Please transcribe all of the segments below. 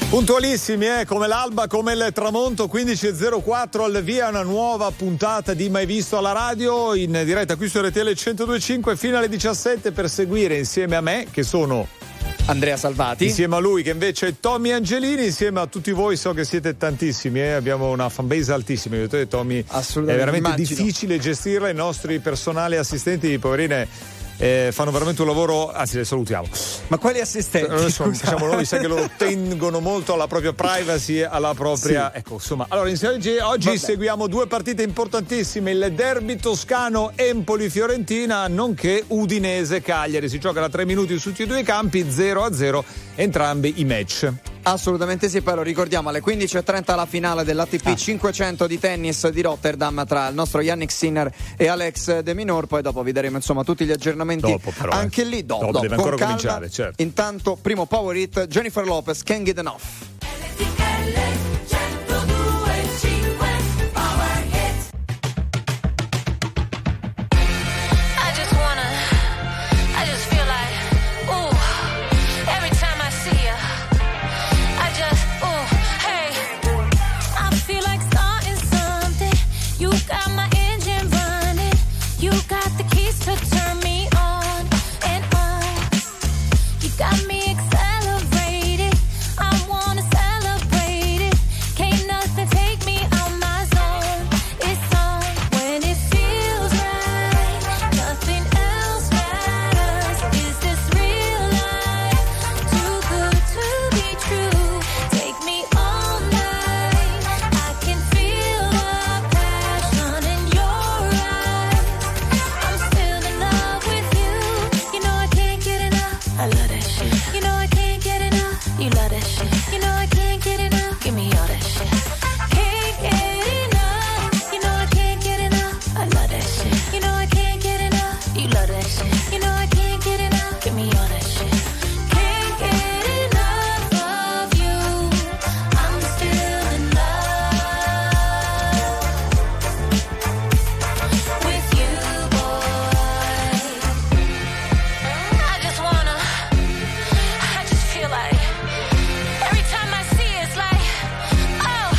Puntualissimi, come l'alba, come il tramonto, 15.04 al via, una nuova puntata di Mai Visto alla radio, in diretta qui su RTL 102.5 fino alle 17 per seguire insieme a me, che sono Andrea Salvati, insieme a lui che invece è Tommy Angelini, insieme a tutti voi, so che siete tantissimi, abbiamo una fanbase altissima, io ho detto Tommy, è veramente difficile gestirla, i nostri personali assistenti, poverine, fanno veramente un lavoro, anzi le salutiamo. Ma quali assistenti? Diciamo noi, sai che loro tengono molto alla propria privacy, alla propria, sì. Ecco, insomma, allora oggi seguiamo due partite importantissime, il derby toscano Empoli-Fiorentina, nonché Udinese-Cagliari, si gioca da 3 minuti su tutti e due i campi, 0-0 entrambi i match. Assolutamente sì, però ricordiamo alle 15.30 la finale dell'ATP 500 di tennis di Rotterdam tra il nostro Yannick Sinner e Alex De Minaur, poi dopo vi daremo insomma tutti gli aggiornamenti dopo, però, anche lì dopo deve ancora cominciare, certo. Intanto primo power hit, Jennifer Lopez, Can't Get Enough. Got me accelerated. I wanna celebrate it. Can't nothing take me out my zone. It's on when it feels right. Nothing else matters. Is this real life? Too good to be true. Take me all night. I can feel the passion in your eyes. I'm still in love with you. You know I can't get enough. I love that. You know I can't get enough. You love that shit. You know I can't get enough. Give me all that shit. Can't get enough. You know I can't get enough. I love that shit. You know I can't get enough. You love that shit. You know I can't get enough. Give me all that shit. Can't get enough of you. I'm still in love with you, boy. I just wanna. I just feel like every time I see it, it's like, oh,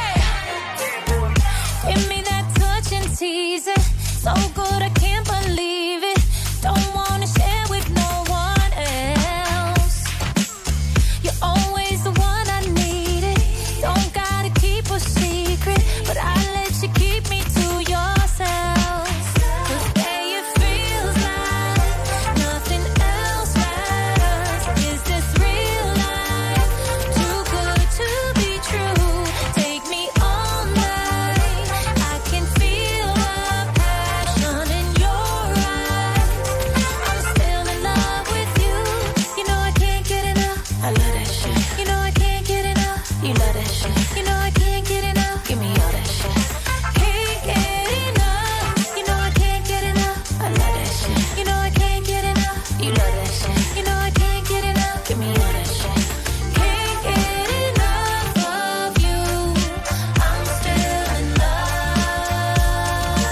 hey. Give me that touch and tease it. So good I can't believe it. Don't wanna share with no one else. You're always the one I needed. Don't gotta keep a secret, but I let you keep me to yourself. 'Cause babe, it feels like nothing else matters. Is this real life? Too good to be true. Take me all night. I can feel the passion in your eyes. I'm still in love with you. You know I can't get enough. I love that shit. You know I can't get enough. You love that shit. You know I can't get enough. Give me all that shit. Can't get enough. You know I can't get enough. I love that shit. You know I can't get enough. You love that shit. You know I can't get enough. Give me all that shit. Can't get enough of you. I'm still in love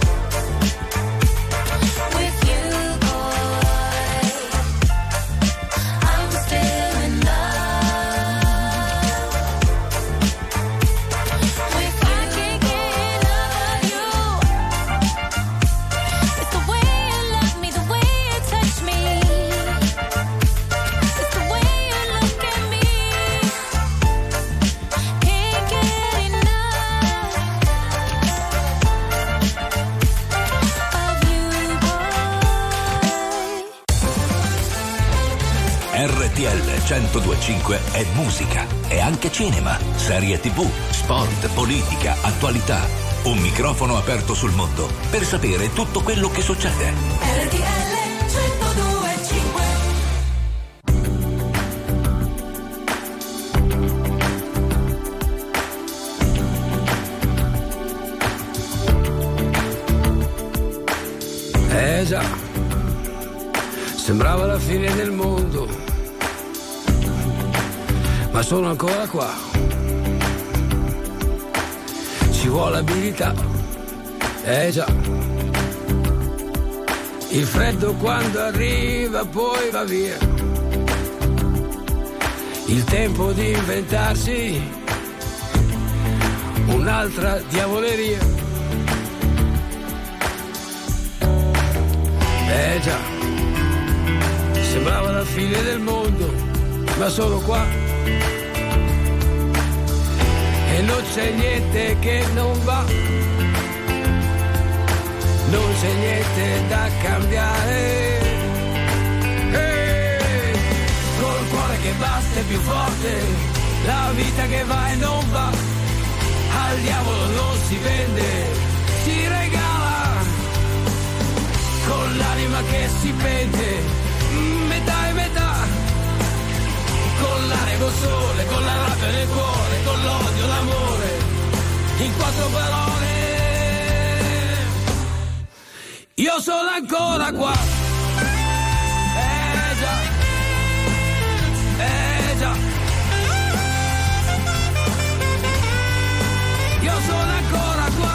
with you, boy. I'm still in love with you. I can't get enough of you. It's the way you love me, the way you touch me. It's the way you look at me. Can't get enough of you, boy. RTL 102.5 è musica, è anche cinema, serie TV, sport, politica, attualità. Un microfono aperto sul mondo per sapere tutto quello che succede. RTL 102.5. Già, sembrava la fine del mondo, ma sono ancora qua. Ci vuole abilità, già. Il freddo quando arriva poi va via. il tempo di inventarsi un'altra diavoleria. Già, sembrava la fine del mondo, ma sono qua e non c'è niente che non va, non c'è niente da cambiare. Col cuore che batte più forte, la vita che va e non va, al diavolo non si vende, si regala, con l'anima che si pente, metà e metà, con l'aria, col sole, con la rabbia nel cuore, con l'odio, l'amore, in 4 parole, io sono ancora qua, già, già, io sono ancora qua.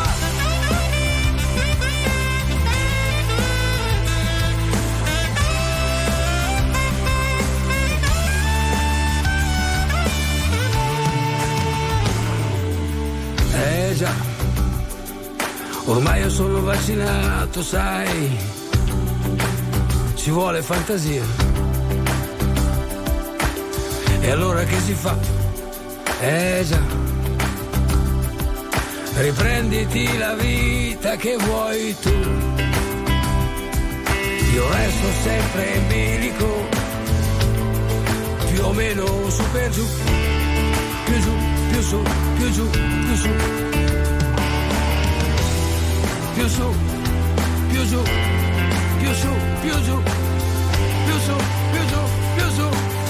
Già, ormai io sono vaccinato, sai, ci vuole fantasia. E allora che si fa? Già, riprenditi la vita che vuoi tu. Io resto sempre in bilico, più o meno su per giù, più giù, più su, più giù, più su. Più su, più giù, più su, più giù, più su, più giù, più su.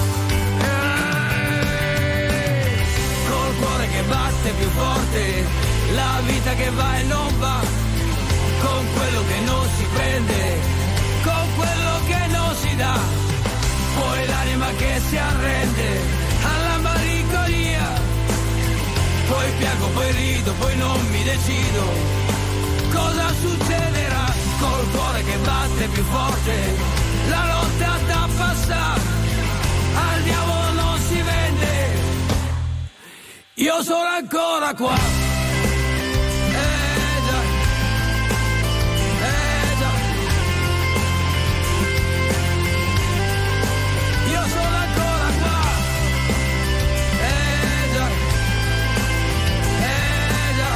Col cuore che batte più forte, la vita che va e non va, con quello che non si prende, con quello che non si dà, poi l'anima che si arrende alla malinconia, poi piango, poi rido, poi non mi decido. Cosa succederà col cuore che batte più forte? La lotta da passare, al diavolo non si vende. Io sono ancora qua. Già, già. Io sono ancora qua. Già, già.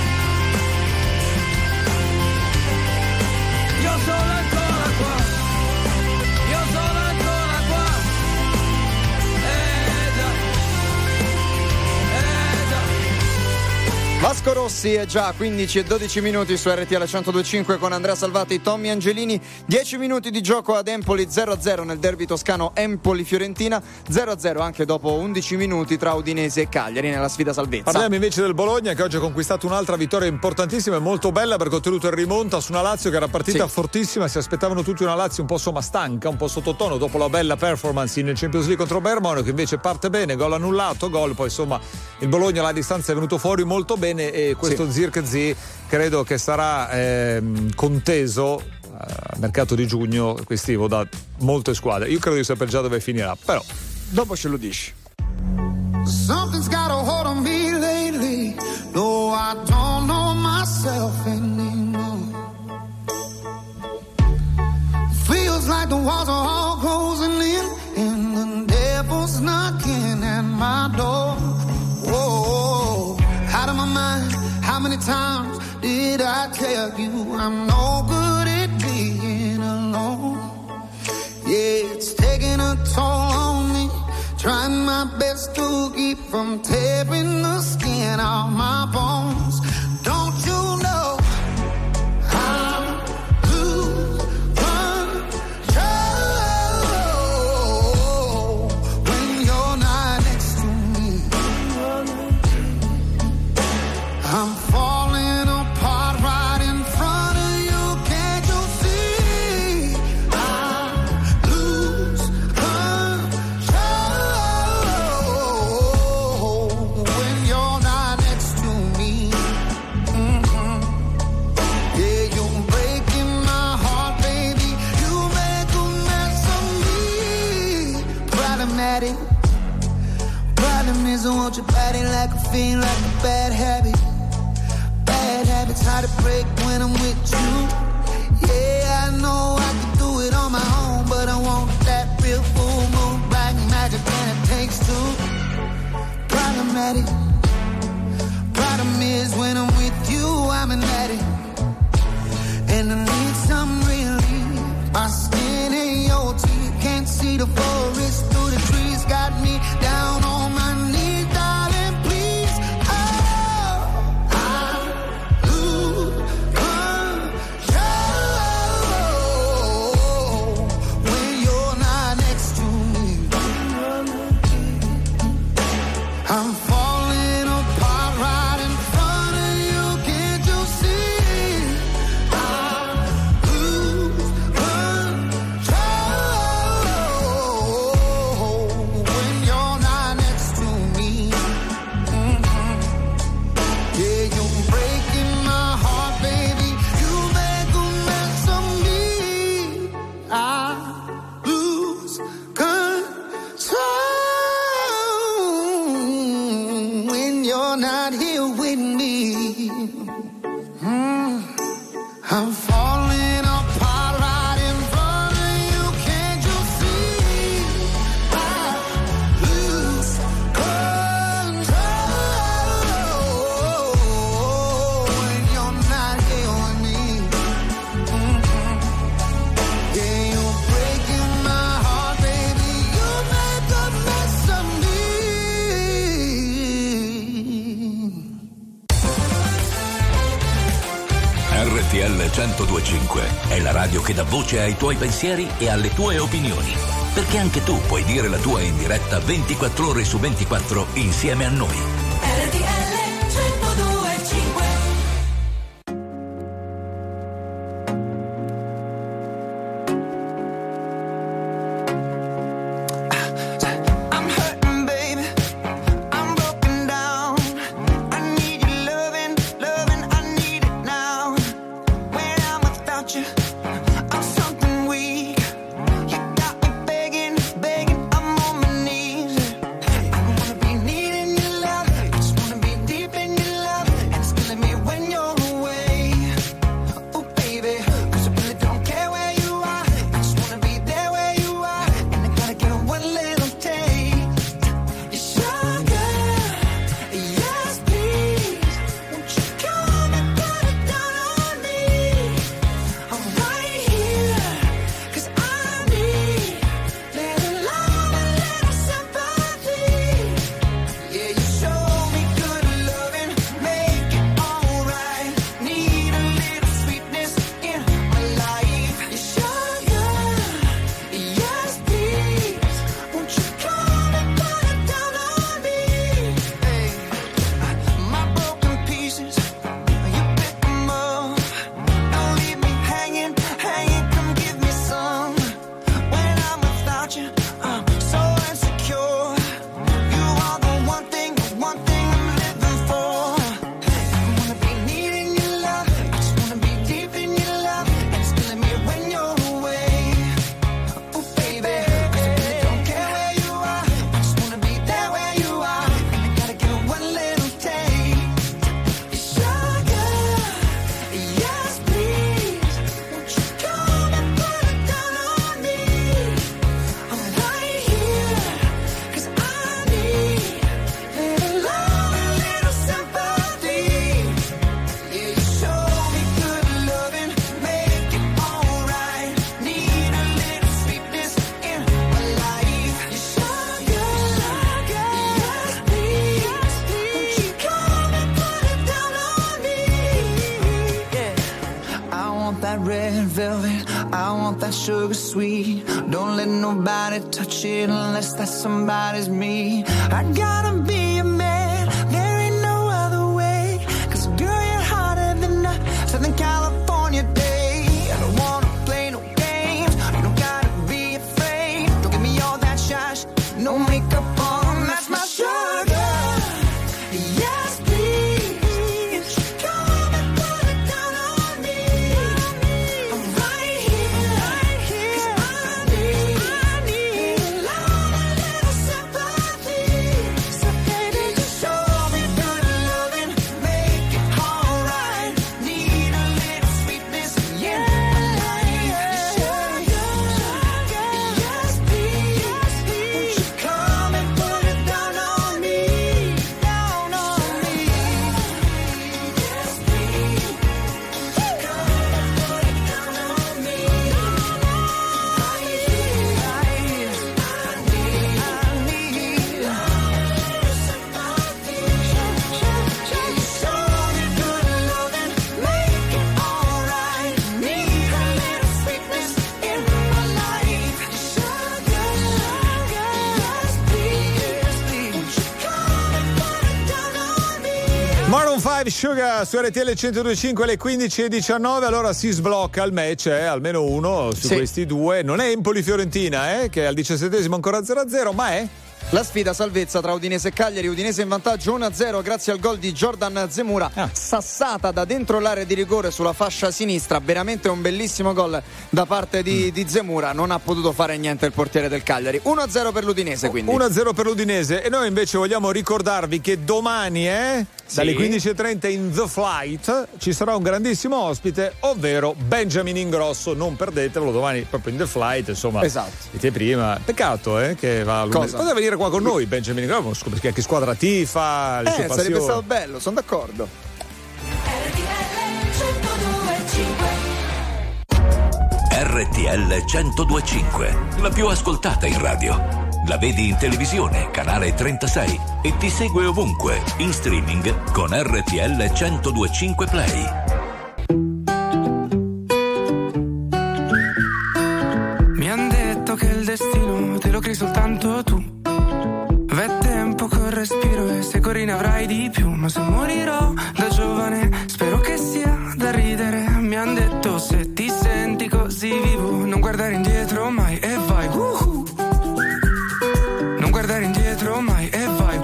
Io sono ancora qua, io sono ancora qua, già. Vasco Rossi è già 15 e 12 minuti su RTL 102.5 con Andrea Salvati, Tommy Angelini. 10 minuti di gioco ad Empoli, 0-0 nel derby toscano Empoli-Fiorentina, 0-0 anche dopo 11 minuti tra Udinese e Cagliari nella sfida salvezza. Parliamo invece del Bologna, che oggi ha conquistato un'altra vittoria importantissima e molto bella, perché ha ottenuto il rimonta su una Lazio che era partita fortissima. Si aspettavano tutti una Lazio un po' stanca, un po' sottotono dopo la bella performance in Champions League contro Bergamo, che invece parte bene, gol annullato, poi insomma il Bologna alla distanza è venuto fuori molto bene, e questo Zirkzee credo che sarà conteso al mercato di giugno estivo da molte squadre. Io credo di sapere già dove finirà, però dopo ce lo dici. Something's got a hold on me lately. No, I don't know myself anymore. Feels like the walls are all closing in, and the devil's knocking at my door. Whoa, out of my mind. How many times did I tell you I'm no good at being alone? Yeah, it's taking a toll on me. Trying my best to keep from tearing the skin off my bones. Don't you know I'm losing control when you're not next to me? I'm falling apart right in front of you. Can't you see? I lose control when you're not next to me. Mm-hmm. Yeah, you're breaking my heart, baby. You make a mess of me. Problematic. Problem is I want your body like a fiend, like a bad habit. Bad habits hard to break when I'm with you. Yeah, I know I can do it on my own, but I want that real full moon, black magic, and it takes two. Problematic. Problem is when I'm with you, I'm an addict, and I need some relief. My skin and your teeth, can't see the forest through the trees, got me down on my knees, darling, please. Oh, I lose control when you're not next to me. I'm falling apart right in front of you, can't you see? I lose control when you're not next to me. Yeah, you're breaking my heart, baby. You make a mess of me. I lose control when you're not here with me. I'm falling apart right in front of you, can't you see? I lose control when you're not here with me. Yeah, you're breaking my heart, baby. You make a mess of me. RTL 102.5 è la radio che dà voce ai tuoi pensieri e alle tue opinioni. Perché anche tu puoi dire la tua in diretta 24 ore su 24 insieme a noi. RTL 102.5. I'm hurting, baby. I'm broken down. I need your loving, I need it now. When I'm without you, I'm something weak. You got me begging, I'm on my knees. I don't wanna be needing your love, I just wanna be deep in your love, and it's killing me when you're away. Oh baby, 'cause I really don't care where you are, I just wanna be there where you are, and I gotta get one little taste. Sugar, yes please, won't you come and put it down on me? I'm right here, 'cause I need little love and little sympathy. Yeah, you show me good loving, make it alright. Need a little sweetness in my life. Sugar, yes please, won't you come and put it down on me? Hey, my broken pieces, you pick them up. Don't leave me hanging, come give me some. When I'm without you, I'm so insecure. You are the one thing I'm living for. I wanna be needing your love, I just wanna be deep in your love, and it's killing me when you're away. Oh baby, 'cause I really don't care where you are, I just wanna be there where you are, and I gotta get one little taste. Sugar, yes please, won't you come and put it down on me? I'm right here, 'cause I need little love and little sympathy. Yeah, you show me good loving, make it alright. Need a little sweetness in my life. Sugar, yes please, won't you come and put it down on me? Yeah, I want that red velvet, I want that sugar sweet. Don't let nobody touch it unless that somebody's me. I gotta be a man, there ain't no other way. 'Cause girl, you're hotter than a Southern California day. I don't wanna play no games, you don't gotta be afraid. Don't give me all that shy, no makeup on, that's my sugar. Yes please, come and put it down on me. I'm right here, 'cause I need love and little sympathy. Live Sugar su RTL 102.5 alle 15:19. Allora si sblocca il match, almeno uno su questi due. Non è Empoli-Fiorentina, che è al 17esimo ancora 0-0, ma è la sfida salvezza tra Udinese e Cagliari. Udinese in vantaggio 1-0 grazie al gol di Jordan Zemura, sassata da dentro l'area di rigore sulla fascia sinistra. Veramente un bellissimo gol da parte di Zemura. Non ha potuto fare niente il portiere del Cagliari. 1-0 per l'Udinese, quindi 1-0 per l'Udinese. E noi invece vogliamo ricordarvi che domani dalle 15:30 in The Flight ci sarà un grandissimo ospite, ovvero Benjamin Ingrosso. Non perdetevelo, domani proprio in The Flight, insomma. Esatto. Dite prima, peccato che va a lunedì. Poteva venire qua con noi Benjamin Ingrosso, perché che squadra tifa, le sue passioni. Sarebbe stato bello, sono d'accordo. RTL 102.5, la più ascoltata in radio. La vedi in televisione, canale 36, e ti segue ovunque, in streaming con RTL 102.5 Play. Mi han detto che il destino te lo crei soltanto tu. V'è tempo col respiro e se corri ne avrai di più. Ma se morirò da giovane spero che sia da ridere. Mi han detto se ti senti così vivo non guardare indietro mai e vai non guardare indietro mai e vai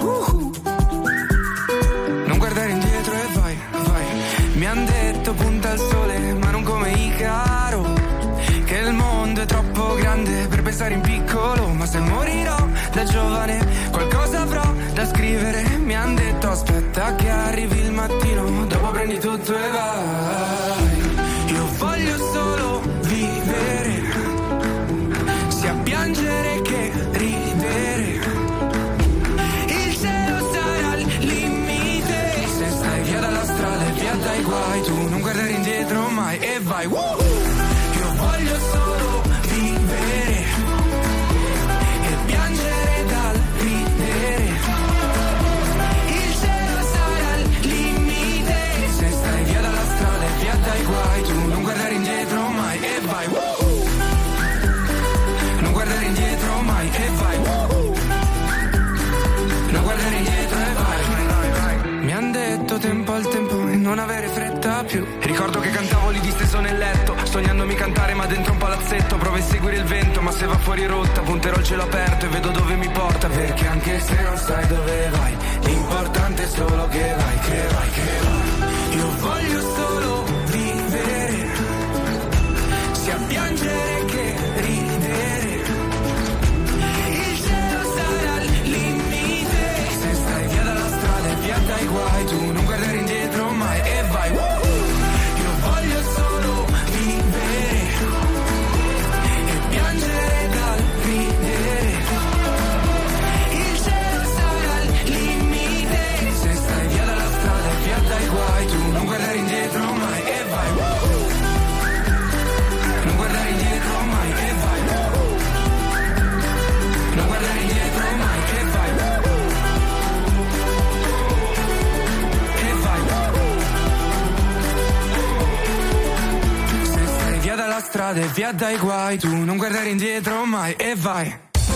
non guardare indietro e vai. Mi han detto punta al sole ma non come Icaro, che il mondo è troppo grande per pensare in piccolo. Ma se morirò da giovane qualcosa avrò da scrivere. Mi han detto aspetta che arrivi il mattino, dopo prendi tutto e vai. Io voglio solo vivere, sia piangere che ridere. Il cielo sarà il limite, se stai via dalla strada e via dai guai. Tu non guardare indietro mai e vai. Io voglio solo vivere e piangere dal ridere. Il cielo sarà il limite, se stai via dalla strada e via dai guai. Tu non guardare indietro mai e vai. Non guardare indietro mai e vai. Non guardare indietro e vai. Mi han detto tempo al tempo e non avere fretta più. Ricordo che cantavo lì disteso nel letto, sognandomi cantare ma dentro un palazzetto. Provo a seguire il vento ma se va fuori rotta punterò il cielo aperto e vedo dove mi porta. Perché anche se non sai dove vai, l'importante è solo che vai, che vai, che vai. Io voglio solo vivere, sia piangere che ridere. Il cielo sarà il limite, se stai via dalla strada e via dai guai. Tu non guardare indietro mai e vai. Io voglio solo vivere e piangere dal ridere. Il cielo sarà il limite, se stai via dalla strada e via dai guai. Tu non guardare indietro mai e vai. Non guardare indietro mai e vai. Non guardare indietro mai e vai. E vai. Se stai via dalla strada e via dai guai. Tu non guardare indietro mai e vai.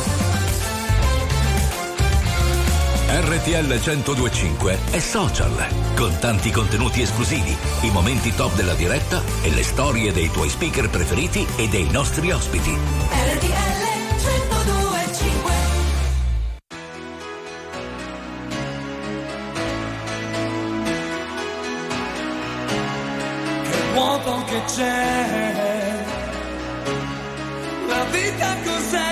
RTL 102.5 è social, con tanti contenuti esclusivi, i momenti top della diretta e le storie dei tuoi speaker preferiti e dei nostri ospiti. RTL 102.5. Che vuoto che c'è, la vita cos'è?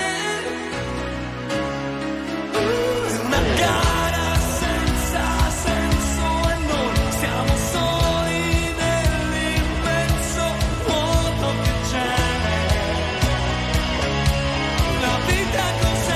Una gara senza senso e noi siamo soli nell'immenso vuoto che c'è. La vita cos'è?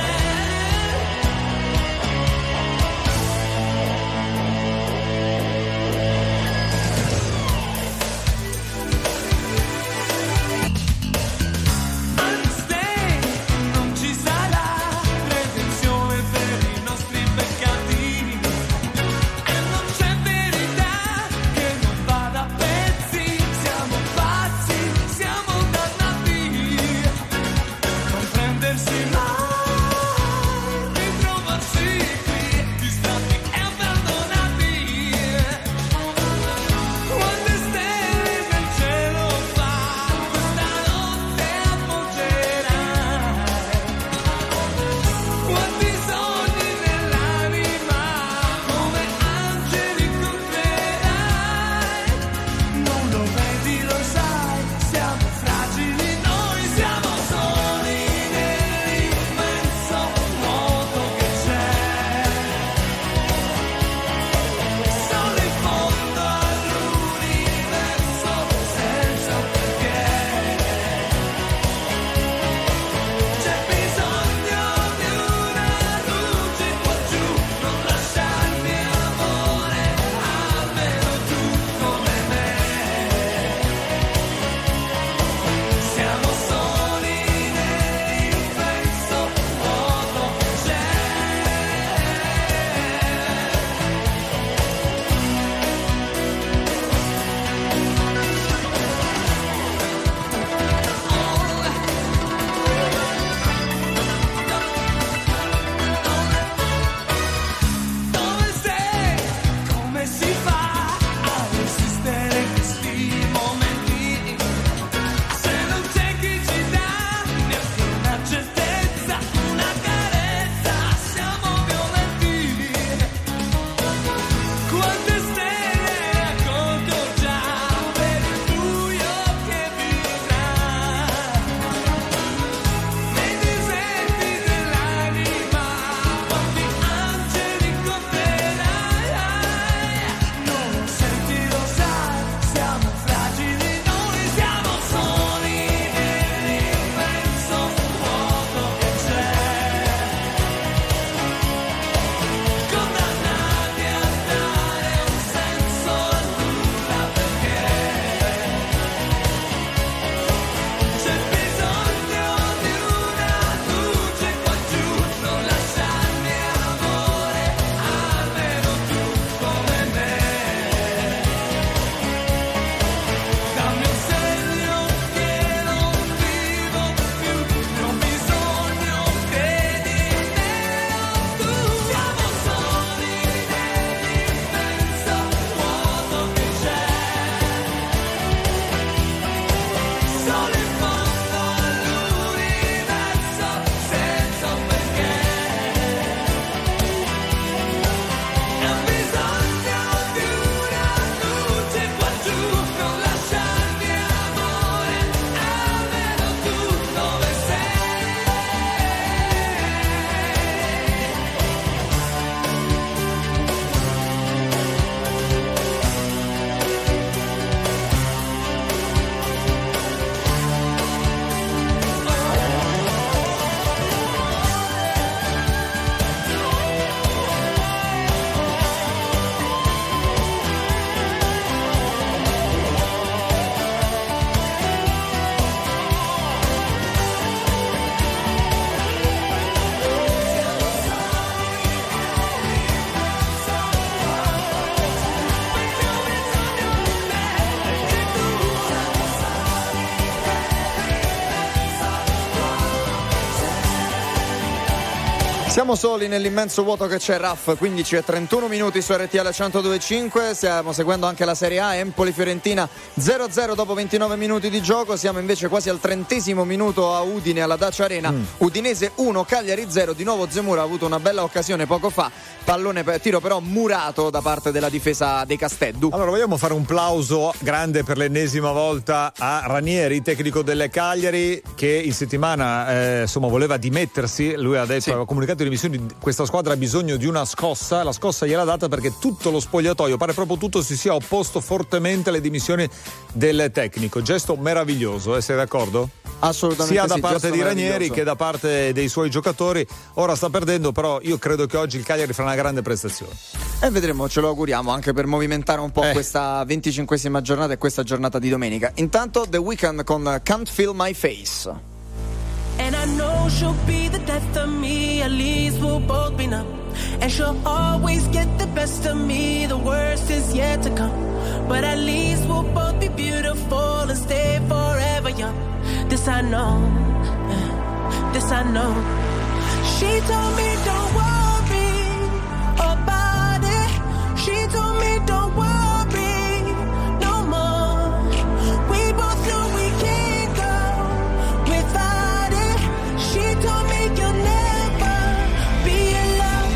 Siamo soli nell'immenso vuoto che c'è RAF, 15:31 minuti su RTL 102.5. Stiamo seguendo anche la Serie A, Empoli-Fiorentina 0-0 dopo 29 minuti di gioco. Siamo invece quasi al 30° minuto a Udine, alla Dacia Arena. Udinese 1, Cagliari 0. Di nuovo Zemura ha avuto una bella occasione poco fa, pallone per tiro però murato da parte della difesa dei Casteddu. Allora vogliamo fare un plauso grande per l'ennesima volta a Ranieri, tecnico delle Cagliari, che in settimana voleva dimettersi. Lui ha detto, aveva comunicato le missioni, questa squadra ha bisogno di una scossa. La scossa gliel'ha data perché tutto lo spogliatoio, pare proprio tutto, si sia opposto fortemente alle dimissioni del tecnico. Gesto meraviglioso, sei d'accordo? Assolutamente sia da parte di Ranieri che da parte dei suoi giocatori. Ora sta perdendo, però io credo che oggi il Cagliari farà una grande prestazione e vedremo, ce lo auguriamo, anche per movimentare un po' questa 25esima giornata e questa giornata di domenica. Intanto The Weeknd con Can't Feel My Face. And I know she'll be the death of me, at least we'll both be numb. And she'll always get the best of me, the worst is yet to come. But at least we'll both be beautiful and stay forever young. This I know, this I know. She told me don't worry about it. She told me don't worry no more. We both know we can't go without it. She told me you'll never be alone.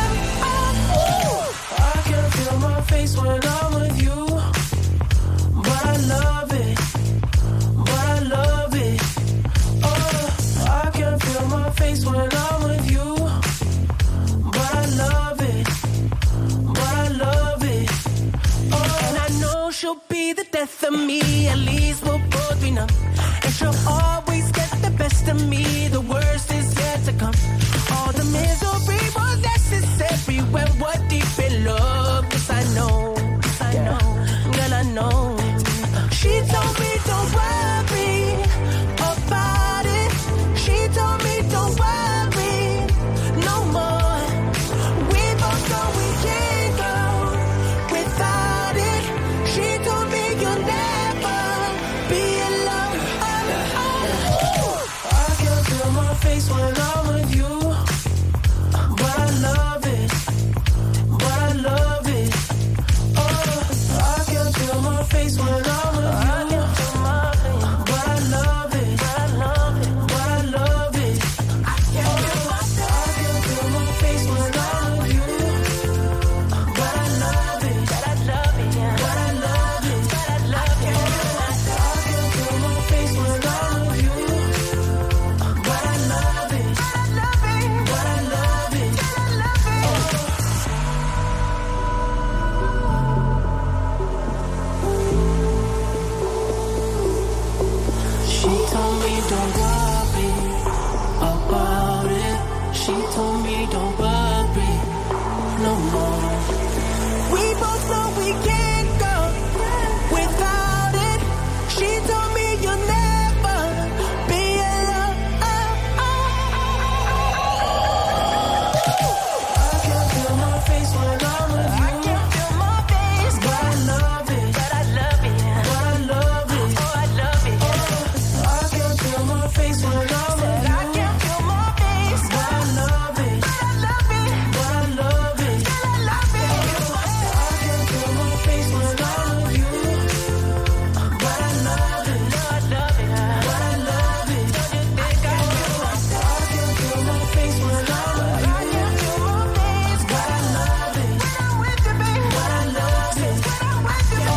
I can feel my face when I'm with you, but I love it, but I love it. Oh, I can feel my face when I'm with you, but I love it, but I love it. Oh, and I know she'll be the death of me, at least we'll both be numb. And she'll always get the best of me, the worst is yet to come. All the misery was necessary when we're deep in love. Yes, I know, girl, I know. She told me don't worry about it. She told me don't worry no more. We both know we can't go without it. She told me you'll never be alone. I can feel my face when I'm with you, but I love it, but I love it. Oh, I can feel my face when I'm with you, but I love it, but I love it, but I love it. I can feel my face when I'm with you, but I love it, but I love it, but I love it, but I love it. I can feel my face when I'm with you, but I love it, but I love it, but I love it, but I love it. She told me don't worry about it. She told me don't worry no more. We both know we can't go without it. She told me you'll never be alone. I can feel my face when I'm with you. I can feel my face, but I love it, but I love it, but I love it. Oh, I love it. I can feel my face when I'm with you. I can feel my face, but I love it, but I love it, but I love it, but I love it. I can feel my face when I'm with you, but I love it, but I love it, but I love it. Don't you think I can feel my face when I'm with you? I can feel my face, but I love it, when I'm with you, baby, but I love it, when I'm with you,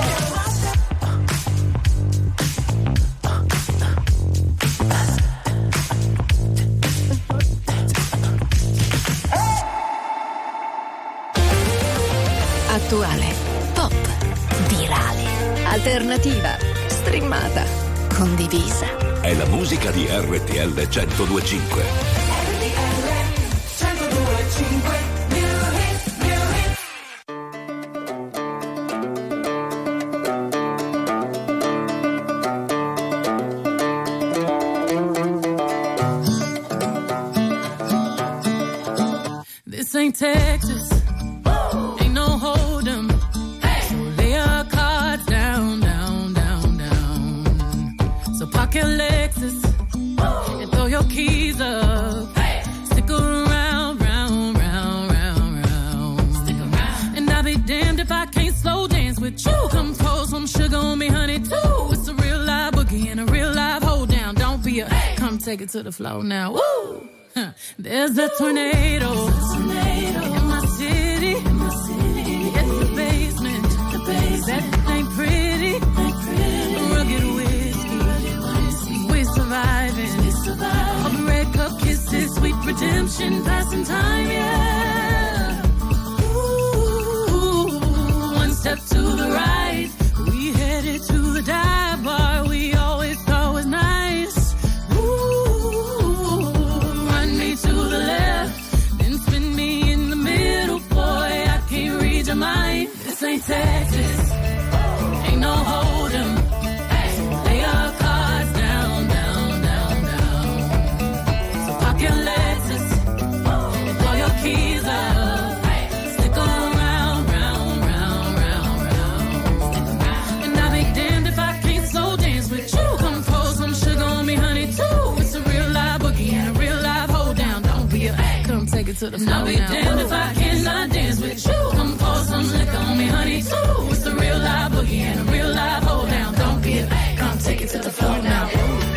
Attuale, pop, virale, alternativa, streamata, condivisa. È la musica di RTL 102.5. This ain't Texas. Ain't no hold 'em. So lay your cards down, down, down, down. So park your Lexus and throw your keys up. Stick around, round. with you. Come pour some sugar on me, honey, too. It's a real live boogie and a real live hold down. Don't be a come take it to the floor now. Woo! Huh. There's a tornado in my city. It's the basement. That ain't pretty. Rugged whiskey. We surviving. All the red cup kisses, sweet redemption, passing time, yeah. Ooh, one step to the right. We headed to the dive bar we always thought was nice. Ooh, run me to the left, then spin me in the middle, boy. I can't read your mind. This ain't Texas, ain't no hold'em. Lay our cards down, down, down, down. So pop your Lexus, throw your keys up, stick around, round, round, round, round. And I'll be damned if I can't slow dance with you. Come pour some sugar on me, honey, too. It's a real live boogie and a real live hold down. Don't be a come take it to the floor. I'll be damned if I cannot dance with you. Come pour some liquor on me, honey, too. It's a real live boogie and a real live hold down. Don't be a come take it to the floor now.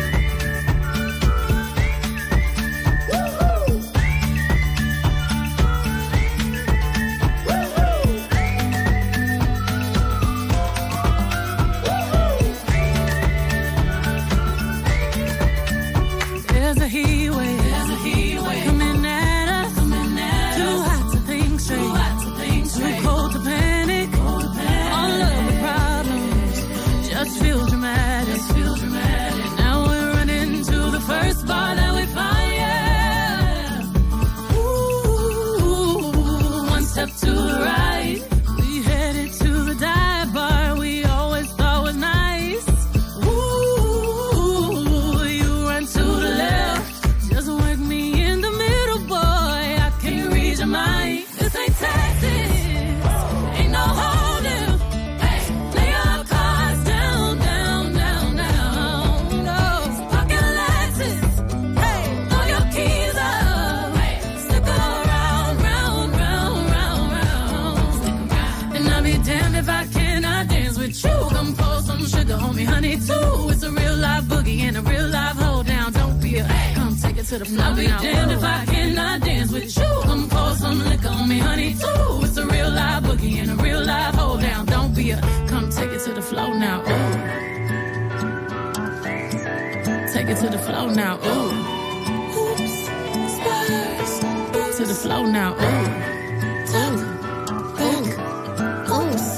There's a heat wave coming at us. Too hot to think straight, too cold to panic. All of the problems just feel dramatic. Now we're running to the first bar that we find, yeah. Ooh, one step to the right. We headed to the dive bar we always thought was nice. Ooh, you run to the left, just work me in the middle, boy. I can't read your mind. This ain't Texas, ain't no hold'em. Lay our cards down, down, down, down. No, pocket Lexus, throw your keys up, stick around, round, round, round, round. And I'll be damned if I cannot dance with you. Come pour some sugar on me, honey, too. It's a real live boogie and a real live hold down. Don't be a come take it to the floor. I'll be damned if I cannot dance with you. Come pour some liquor on me, honey, too. It's a real live boogie and a real live hold down. Don't be a come take it to the floor now. Ooh. Take it to the floor now. Ooh. Oops, spurs. To the floor now. Ooh. Oops.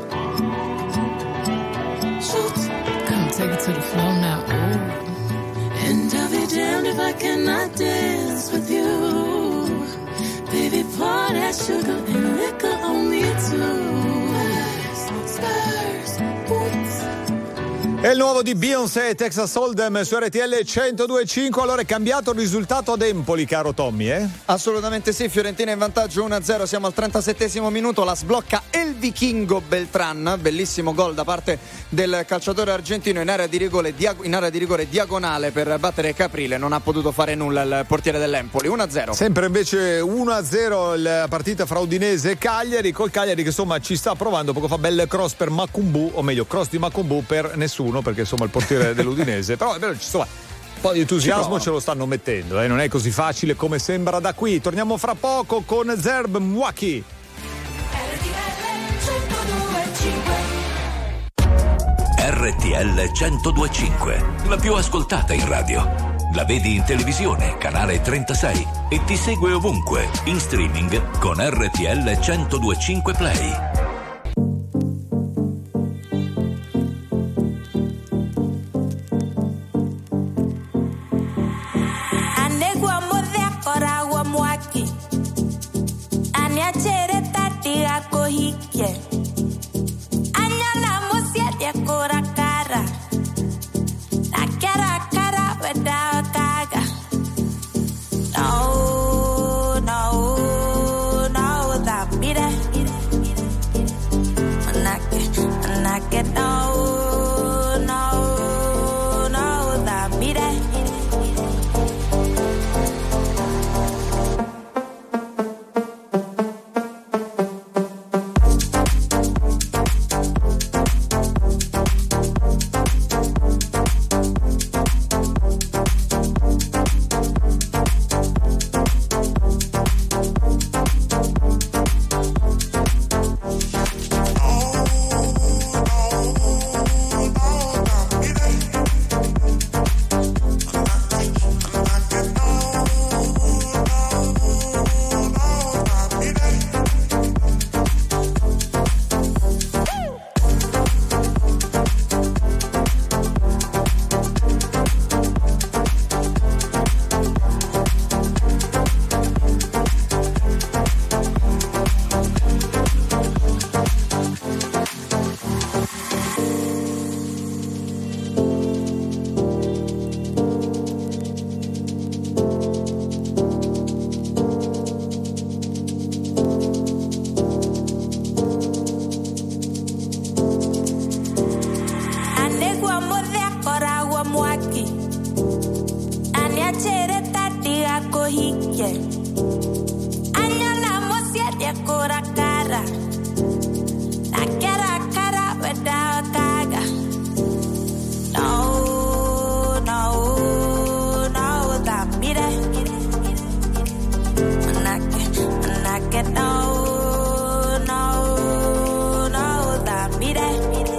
Shoot. Come take it to the floor now. Ooh. And I'll be damned if I cannot dance with you. Baby, pour that sugar and liquor on me too. Spurs, boots. È il nuovo di Beyoncé, Texas Hold'em su RTL 102.5. Allora è cambiato il risultato ad Empoli, caro Tommy, eh? Assolutamente sì, Fiorentina in vantaggio 1-0, siamo al 37esimo minuto, la sblocca El Vichingo Beltran, bellissimo gol da parte del calciatore argentino in area di rigore diagonale per battere Caprile, non ha potuto fare nulla il portiere dell'Empoli, 1-0. Sempre invece 1-0 la partita fra Udinese e Cagliari, col Cagliari che insomma ci sta provando, poco fa bel cross per Macumbu, o meglio cross di Macumbu per nessuno, perché insomma il portiere dell'Udinese, però è vero, insomma un po' di entusiasmo ce lo stanno mettendo, non è così facile come sembra da qui. Torniamo fra poco con Zerb Mwaki. RTL 102.5, la più ascoltata in radio. La vedi in televisione, canale 36, e ti segue ovunque, in streaming con RTL 102.5 Play. Anyala siete ancora cara. La cara without gaga. No, damire. Manake, no, damire.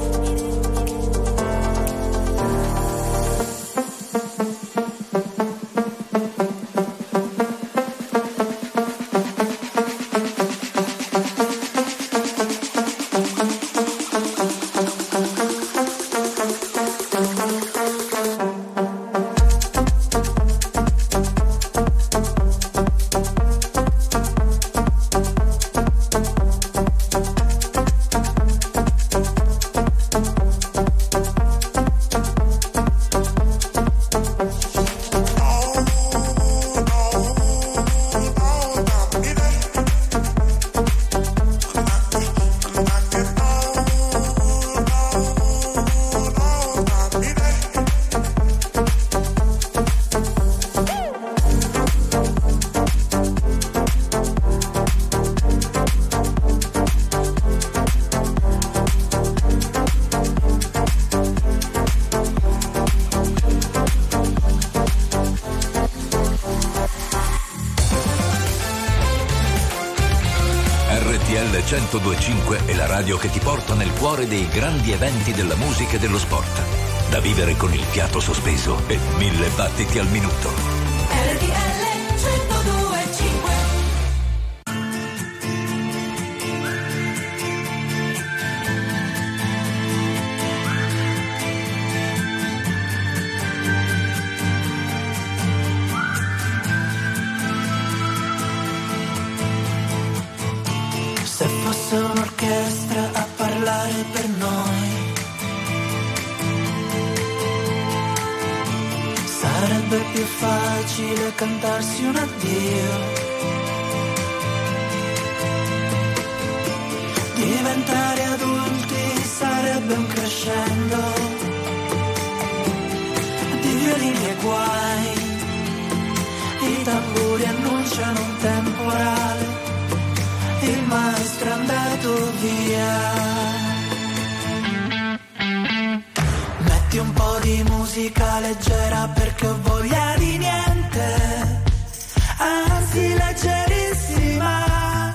RTL 102.5 è la radio che ti porta nel cuore dei grandi eventi della musica e dello sport. Da vivere con il fiato sospeso e 1000 battiti al minuto. RTL 102.5. Se fosse un'orchestra a parlare per noi, sarebbe più facile cantarsi un addio. Diventare adulti sarebbe un crescendo di violini e guai. I tamburi annunciano un temporale. Il maestro è andato via. Metti un po' di musica leggera perché ho voglia di niente, anzi leggerissima.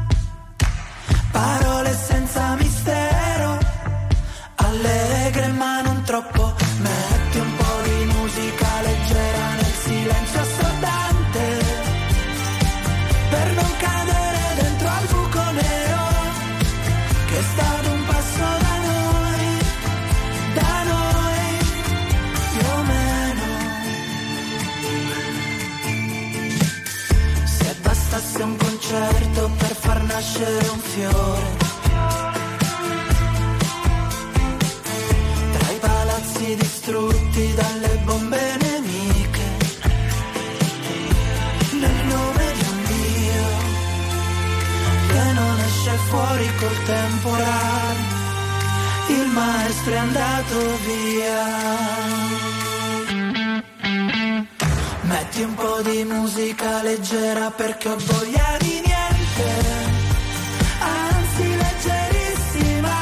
Parole senza mistero, allegre ma non troppo. Metti un po' di musica leggera nel silenzio assordante, per non cadere dentro al buco nero che è stato un passo da noi più o meno. Se bastasse un concerto per far nascere un fiore, tra i palazzi distrutti dalle bombe nemiche, nel nome di un Dio che non esce fuori col temporale, il maestro è andato via. Metti un po' di musica leggera perché ho voglia di niente, anzi leggerissima.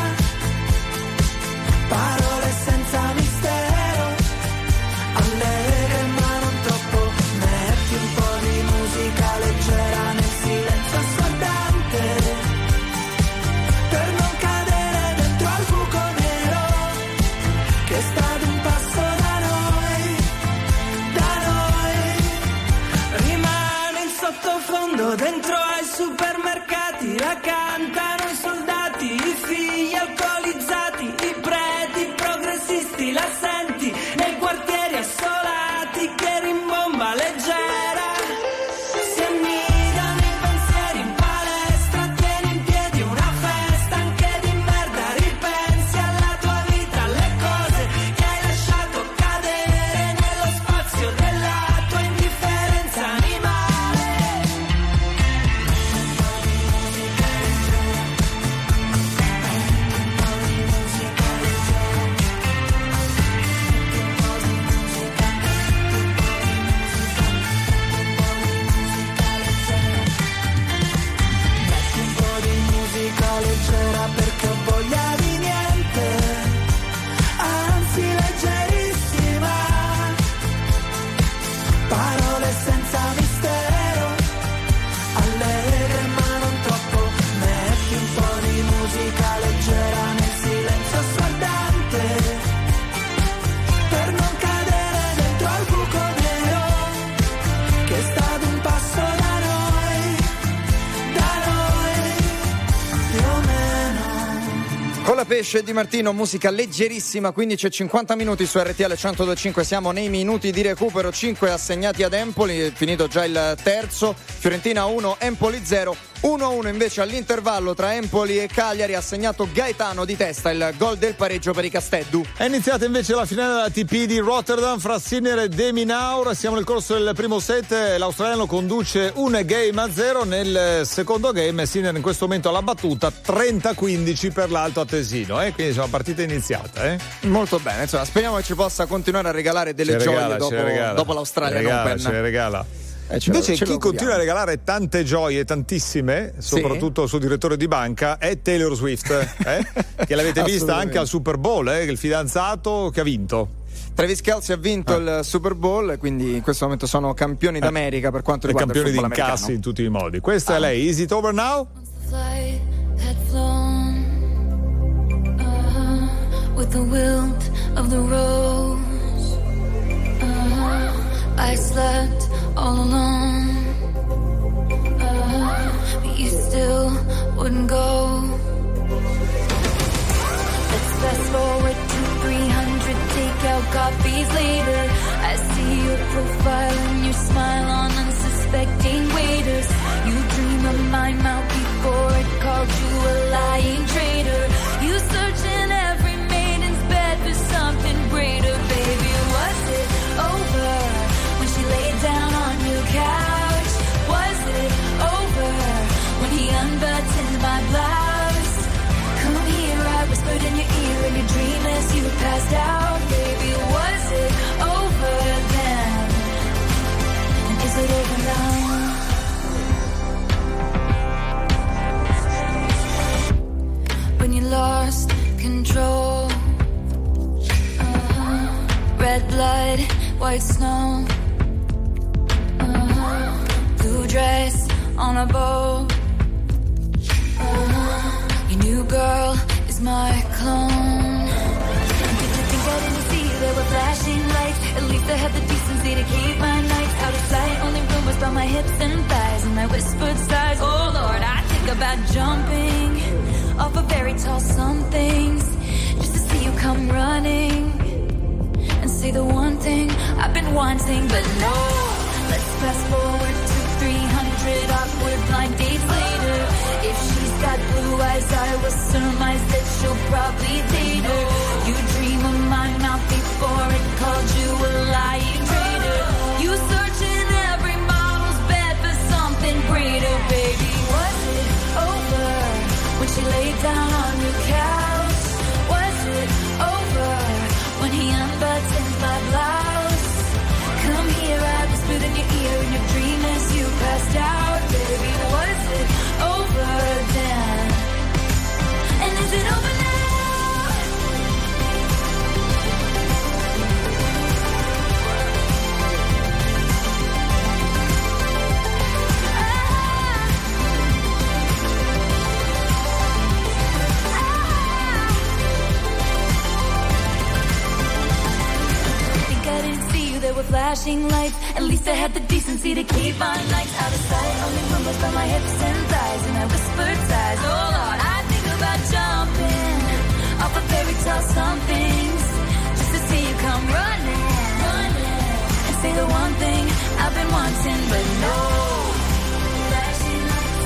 Parole senza mistero, allegre ma non troppo. Metti un po' di musica leggera nel silenzio assordante, per non cadere dentro al buco nero che è stato un passo da noi. Rimane in sottofondo dentro ai supermercati, la cantano i soldati, i figli alcolizzati, i preti progressisti, la senti nei quartieri assolati che rimbomba leggera. Si annidano i pensieri in palestra, tieni in piedi una festa anche di merda, ripensi alla tua vita, alle cose che hai lasciato cadere nello spazio della tua indifferenza animale. English e Di Martino, musica leggerissima, 15:50 minuti su RTL 102.5. Siamo nei minuti di recupero, 5 assegnati ad Empoli, è finito già il terzo. Fiorentina 1, Empoli 0. 1-1 invece all'intervallo tra Empoli e Cagliari, ha segnato Gaetano di testa, il gol del pareggio per i Casteddu. È iniziata invece la finale della ATP di Rotterdam fra Sinner e De Minaur. Siamo nel corso del primo set, l'australiano conduce un game a 0. Nel secondo game Sinner in questo momento alla battuta 30-15 per l'Alto Atesino, quindi insomma partita iniziata. Molto bene, insomma, speriamo che ci possa continuare a regalare delle gioie dopo l'Australia. Ce le regala. Invece chi continua a regalare tante gioie, tantissime, soprattutto al suo direttore di banca, è Taylor Swift, che l'avete vista anche al Super Bowl, il fidanzato che ha vinto. Travis Kelce ha vinto il Super Bowl, quindi in questo momento sono campioni d'America per quanto riguarda il football americano. Campioni di incassi in tutti i modi. Questa è lei, Is It Over Now? With the wilt of the rose, I slept all alone, but you still wouldn't go. Let's fast forward to 300 takeout coffees later. I see your profile and your smile on unsuspecting waiters. You dream of my mouth before it called you a lying traitor. You search in every maiden's bed for something greater, baby. Was it over when she laid down on your couch? Was it over when he unbuttoned my blouse? Come here, I whispered in your ear in your dream as you passed out, baby. Was it over then? And is it over now? When you lost control, red blood, white snow, blue dress on a bow, your new girl is my clone. Did you think I didn't see there were flashing lights? At least I had the decency to keep my nights out of sight. Only rumors about my hips and thighs and my whispered sighs. Oh Lord, I think about jumping off of very tall somethings just to see you come running and say the one thing I've been wanting. But no, let's fast forward to 300 awkward blind dates later. If she's got blue eyes, I will surmise that she'll probably date her. You dream of my mouth before it called you a lying traitor. You search in every model's bed for something greater, baby. Was it over when she laid down on your couch? Was it over when he unbuttoned my blouse? Come here, I whispered in your ear in your dream as you passed out, baby. Was it over then? And is it over now? There were flashing lights. At least I had the decency to keep my nights out of sight. Only rumors about my hips and thighs and my whispered sighs. Oh Lord, I think about jumping off of fairy tale somethings just to see you come running and say the one thing I've been wanting, but no. Flashing lights.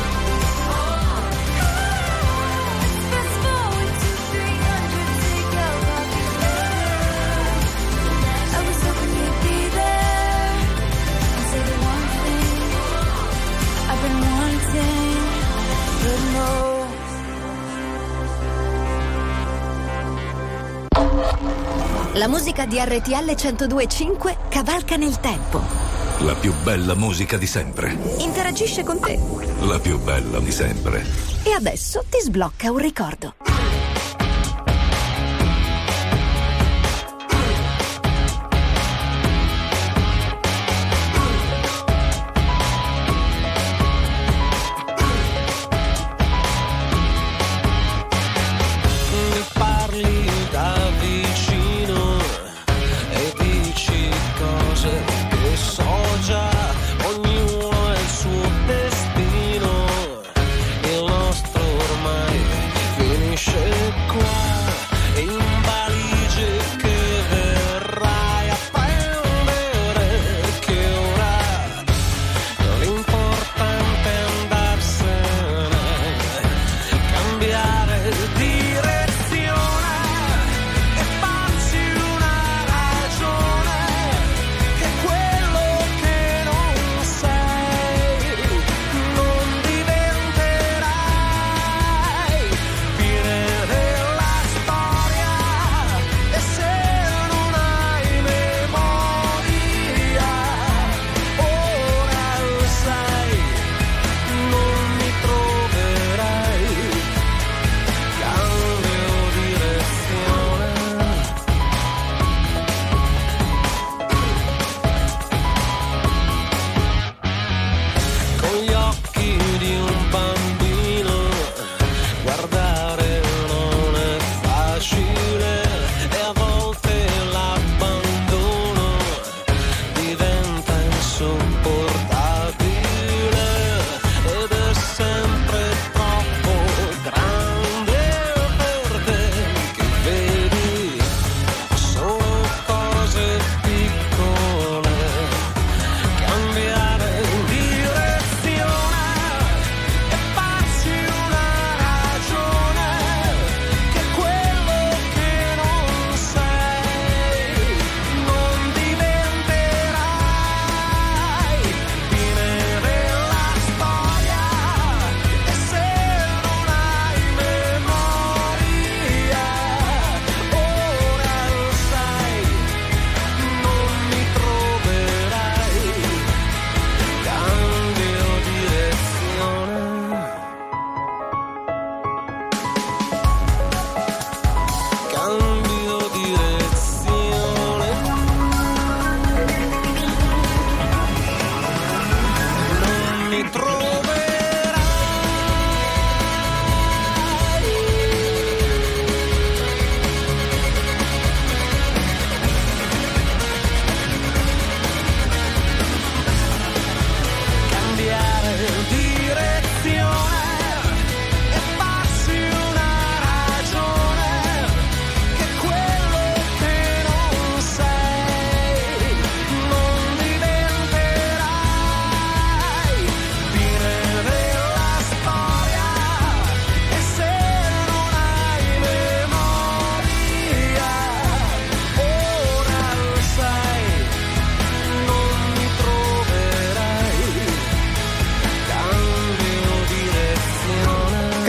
Fast forward to 300 takeout coffees later. I was hoping you'd be there and say the one thing I've been wanting, but no. La musica di RTL 102.5 cavalca nel tempo. La più bella musica di sempre. Interagisce con te. La più bella di sempre. E adesso ti sblocca un ricordo.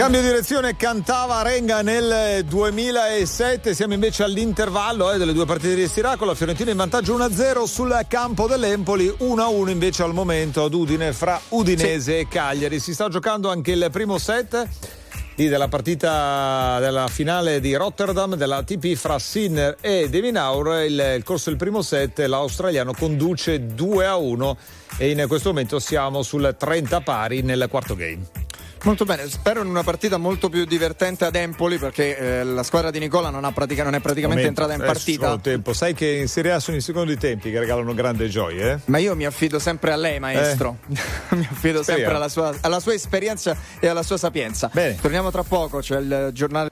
Cambio direzione, cantava Arenga nel 2007, siamo invece all'intervallo delle due partite di Siraco, la Fiorentina in vantaggio 1-0 sul campo dell'Empoli, 1-1 invece al momento ad Udine fra Udinese e Cagliari. Si sta giocando anche il primo set della partita della finale di Rotterdam della ATP fra Sinner e De Minaur. Il corso del primo set, l'australiano conduce 2-1 e in questo momento siamo sul 30 pari nel quarto game. Molto bene, spero in una partita molto più divertente ad Empoli, perché la squadra di Nicola non è praticamente entrata in partita. Tempo. Sai che in Serie A sono i secondi tempi che regalano grande gioia, Ma io mi affido sempre a lei, maestro. Mi affido sempre alla sua esperienza e alla sua sapienza. Bene. Torniamo tra poco, c'è il giornale.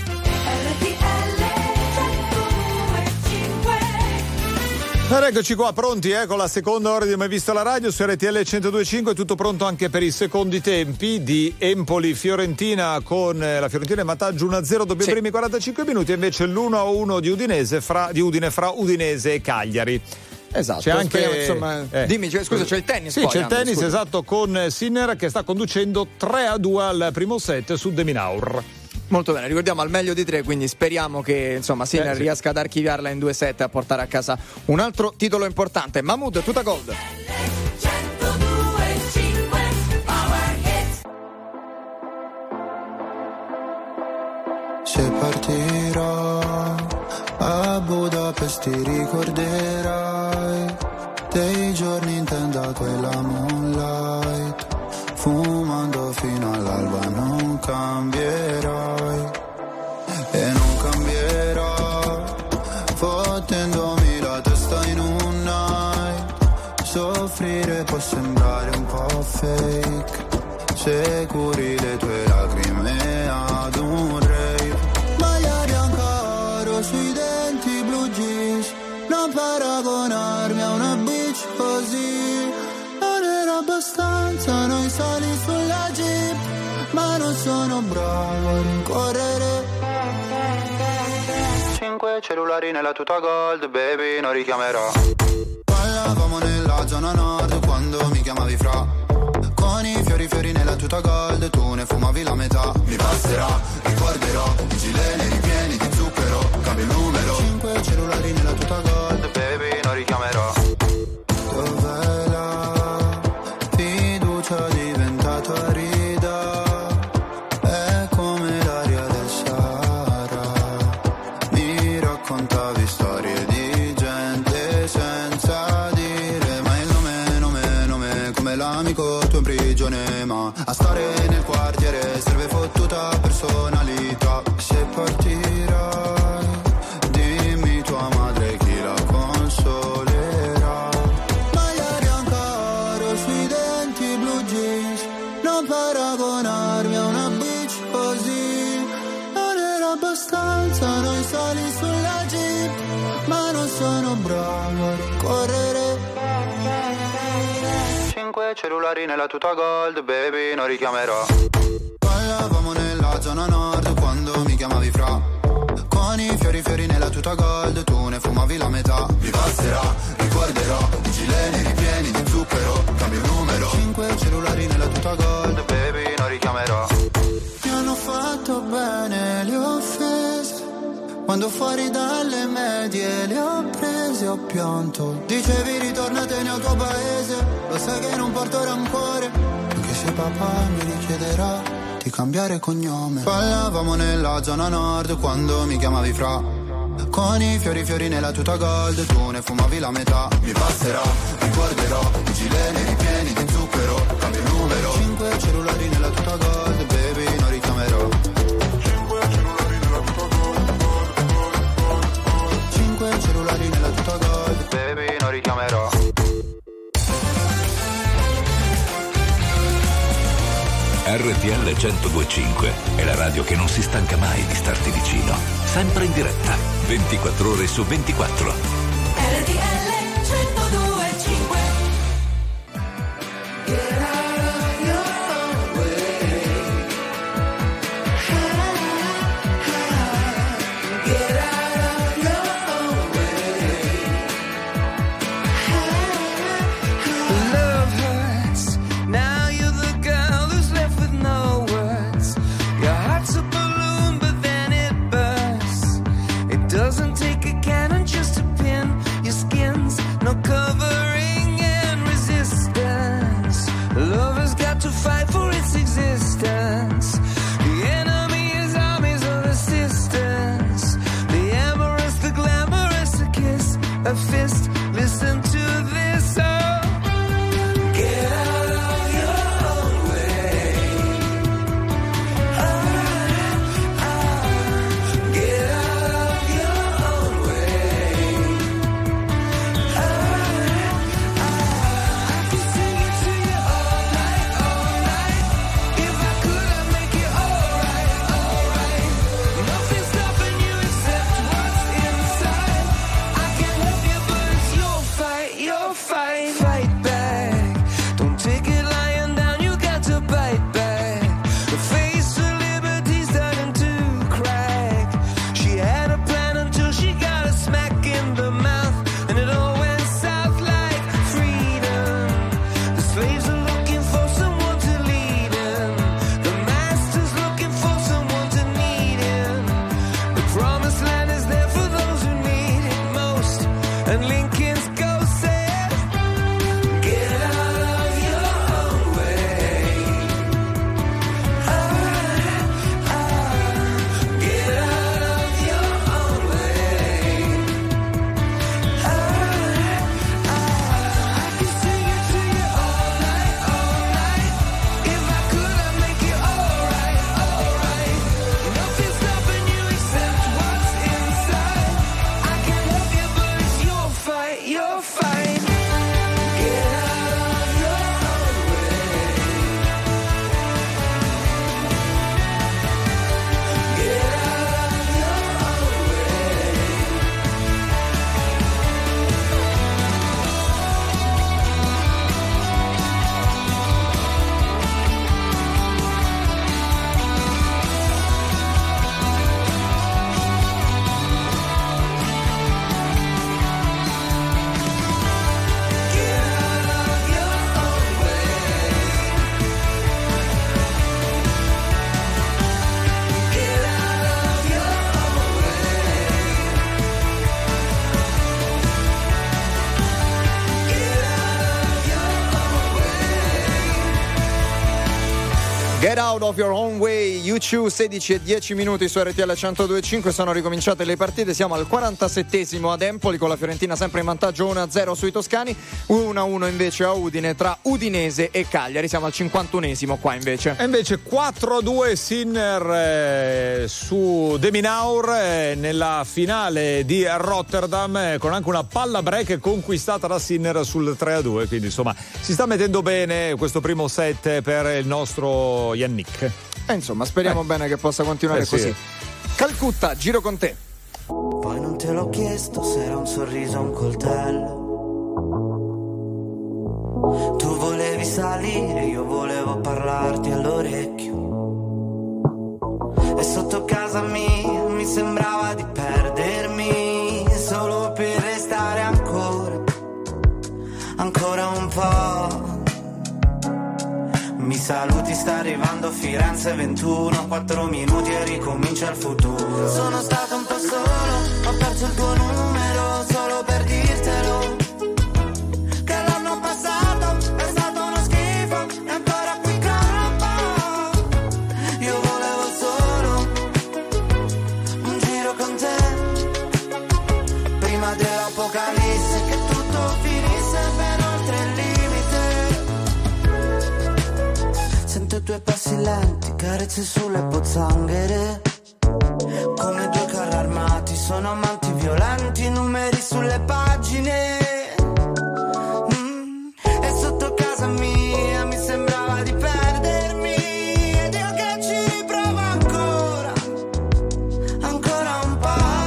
Eccoci qua pronti con la seconda ora di Mai Visto la Radio su RTL 102.5, tutto pronto anche per i secondi tempi di Empoli-Fiorentina, con la Fiorentina in vantaggio 1-0 dopo i primi 45 minuti, e invece l'1-1 di Udine fra Udinese e Cagliari. Esatto, c'è anche, insomma, dimmi, scusa, c'è il tennis. Sì, poi, c'è il tennis, esatto, con Sinner che sta conducendo 3-2 al primo set su De Minaur. Molto bene, ricordiamo al meglio di 3, quindi speriamo che insomma Sinner riesca ad archiviarla in 2 set e a portare a casa un altro titolo importante. Mahmood, tutta gold. Se partirò a Budapest ti ricorderai dei giorni in tenda quella moonlight, fumando fino all'alba. Non cambierai e non cambierò, fottendomi la testa in un night. Soffrire può sembrare un po' fake, se curi le tue lacrime ad un rave. Maglia bianca oro sui denti, blue jeans, non paragonarmi a una bitch così. Non era abbastanza noi sali sulla jeep, ma non sono bravo a rincorrere. 5 cellulari nella tuta gold, baby, non richiamerò. Parlavamo nella zona nord quando mi chiamavi fra, con i fiori nella tuta gold, tu ne fumavi la metà. Mi passerà, ricorderò, i gileni ripieni di zucchero, cambio il numero. 5 cellulari nella tuta gold, baby, non richiamerò. Dov'è la fiducia diventata rida? È come l'aria del Sahara. Mi raccontavi storie di gente senza dire mai il nome, come l'amico tuo in prigione. Ma a stare nel quartiere serve fottuta personalità. Se partirai, dimmi tua madre chi la consolerà. Maglia bianca oro sui denti, blue jeans, non paragonarmi a una bitch così. Non era abbastanza noi sali sulla jeep, ma non sono bravo a correre. 5 cellulari nella tuta gold, baby, non richiamerò. Parlavamo nella zona nord quando mi chiamavi fra, con i fiori nella tuta gold, tu ne fumavi la metà. Mi passerà, ricorderò, i gileni ripieni di zucchero, cambio il numero. 5 cellulari nella tuta gold, baby, non richiamerò. Mi hanno fatto bene le offese, quando fuori dalle medie le ho prese, ho pianto. Dicevi ritornatene al tuo paese, lo sai che non porto rancore, anche se papà mi richiederà di cambiare cognome. Parlavamo nella zona nord quando mi chiamavi fra, con i fiori nella tuta gold, tu ne fumavi la metà. Mi passerà, ricorderò, i gileni ripieni di zucchero, cambio il numero. 5 cellulari nella tuta gold, baby, non richiamerò. 5 cellulari nella tuta gold, baby, non richiamerò. RTL 102.5 è la radio che non si stanca mai di starti vicino, sempre in diretta, 24 ore su 24. RTL 102.5. Get out of your way. Get out of your way. Love hurts. Now you're the girl who's left with no words. covering and resistance. Love has got to fight for its existence. The enemy is armies of assistance. The amorous, the glamorous, a kiss, a fist. Listen to this, oh. Get out of your own way. Get out of your own way. I can sing it to you all night, all night. If I could, I'd make it alright, alright. Nothing's stopping you except what's inside. I can help you, but it's your fight, your fight. Fight back. Don't take it lying down, you got to bite back. The face of liberty's starting to crack. She had a plan until she got a smack in the mouth, and it all went south like freedom. The slaves are looking for someone to lead them. The master's looking for someone to need him. The promised land is there for those who need it most. And Lincoln's ghost said, get out of your own way. Get out of your own way. I can sing it to you all night, all night. If I could, I'd make it alright, alright. Nothing's stopping you except what's inside. I can help you, but it's your fight, your fight. Get out of your own way. Get out of your own way. Get out of your own way, U2, 16 e 10 minuti su RTL 102.5, sono ricominciate le partite, siamo al 47esimo ad Empoli con la Fiorentina sempre in vantaggio 1-0 sui toscani, 1-1 invece a Udine tra Udinese e Cagliari, siamo al 51esimo qua invece. E invece 4-2 Sinner su De Minaur nella finale di Rotterdam con anche una palla break conquistata da Sinner sul 3-2, quindi insomma si sta mettendo bene questo primo set per il nostro Yannick. Insomma, speriamo bene che possa continuare così. Sì. Calcutta, giro con te. Poi non te l'ho chiesto se era un sorriso o un coltello. Tu volevi salire, io volevo parlarti all'orecchio. E sotto casa mia mi sembrava di perdermi solo per restare ancora un po'. Mi saluti, sta arrivando Firenze 21, 4 minuti e ricomincia il futuro. Sono stato un po' solo, ho perso il tuo numero solo per dirtelo. Che l'anno passato è stato uno schifo e ancora qui campo. Io volevo solo un giro con te, prima dell'apocalisse, che tutto finisse ben oltre il limite. Sento i tuoi passi lenti, carezze sulle pozzanghere. Come due carri armati, sono amanti violenti, numeri sulle pagine. E sotto casa mia mi sembrava di perdermi. Ed io che ci riprovo ancora un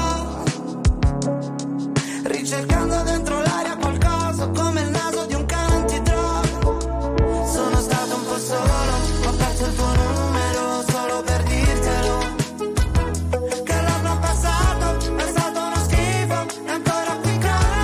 po'. Ricercando dentro l'aria qualcosa come il naso di un cane antidroga. Sono stato un po' solo, ho perso il tuo numero solo per dirtelo. Che l'anno passato è stato uno schifo e ancora qui campo.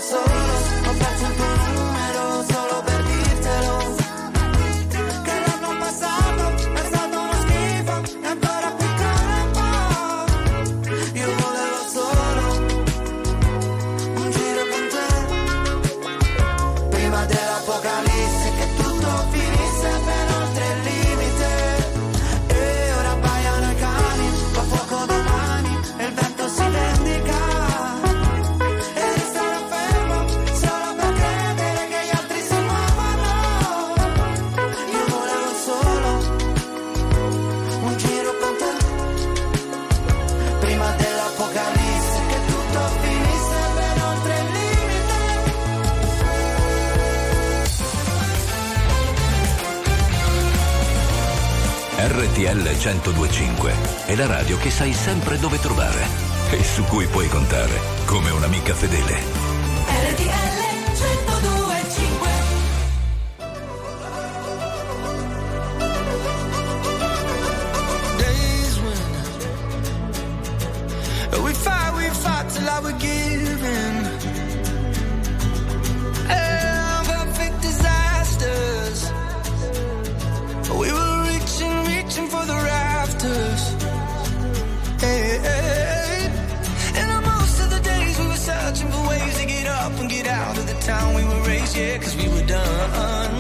solo, ho perso il tuo numero solo per dirtelo, che l'anno passato è stato uno schifo e ancora più campo. Io volevo solo un giro con te, prima dell'apocalisse, che tutto finisse ben oltre il limite. E ora abbaiano i cani, fa fuoco domani e il vento si vendica. E resterò fermo solo per credere che gli altri si muovono. Io volevo solo un giro con te, prima dell'apocalisse, che tutto finisse ben oltre il limite. RTL 102.5 è la radio che sai sempre dove trovare e su cui puoi contare come un'amica fedele. RTL 102.5. Days when we fight till I would give in. Perfect disasters. We were reaching for the rafters. Hey, hey. And most of the days we were searching for ways to get up and get out of the town we were raised, yeah, 'cause we were done.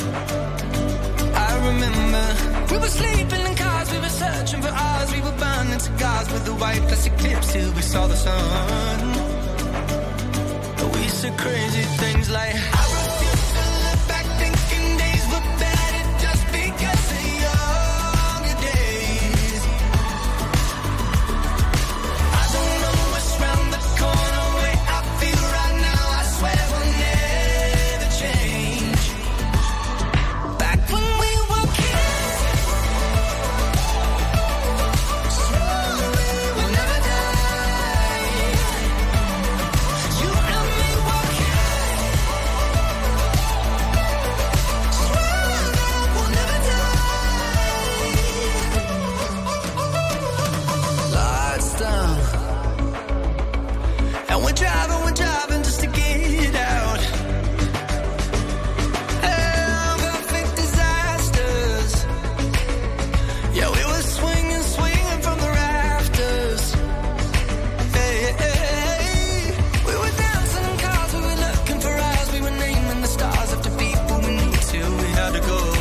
I remember we were sleeping in cars, we were searching for ours, we were burning cigars with the white plastic tips till we saw the sun. We said crazy things like, I refuse to look back thinking days were better just because of younger days. I don't know what's round the corner, way I feel right now, I swear we'll never change. Back when we were kids, swore we would never die. You and me were kids, swore that we'll never die. Lights down, and we're driving just to get out. Perfect disasters. Yeah, we were swinging from the rafters. Hey, hey, hey. We were dancing in cars, we were looking for ours, we were naming the stars after people we knew till we had to go.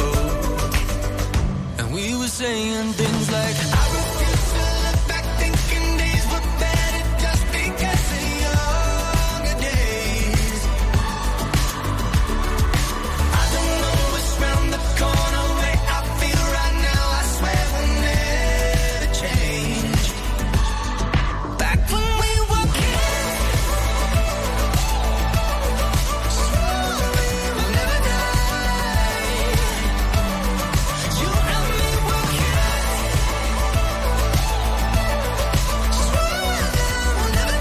And we were saying things like, I refuse to look back thinking days were better just because of younger days. I don't know what's round the corner, way I feel right now, I swear we'll never change. Back when we were kids, swore we would never die. You and me were kids, swore that we'll never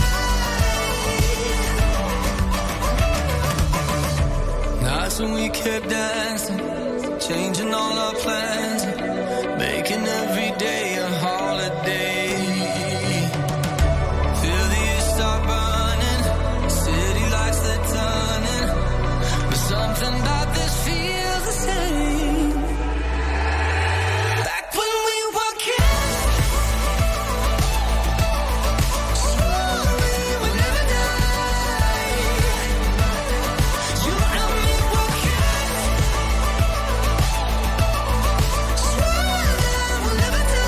die. Nights when we kept dancing, changing all our plans, making every day a holiday. Feel the years start burning, city lights they're turning, but something about this feels the same. Back when we were kids, swore we would never die. You and me were kids, swore that we'll never die.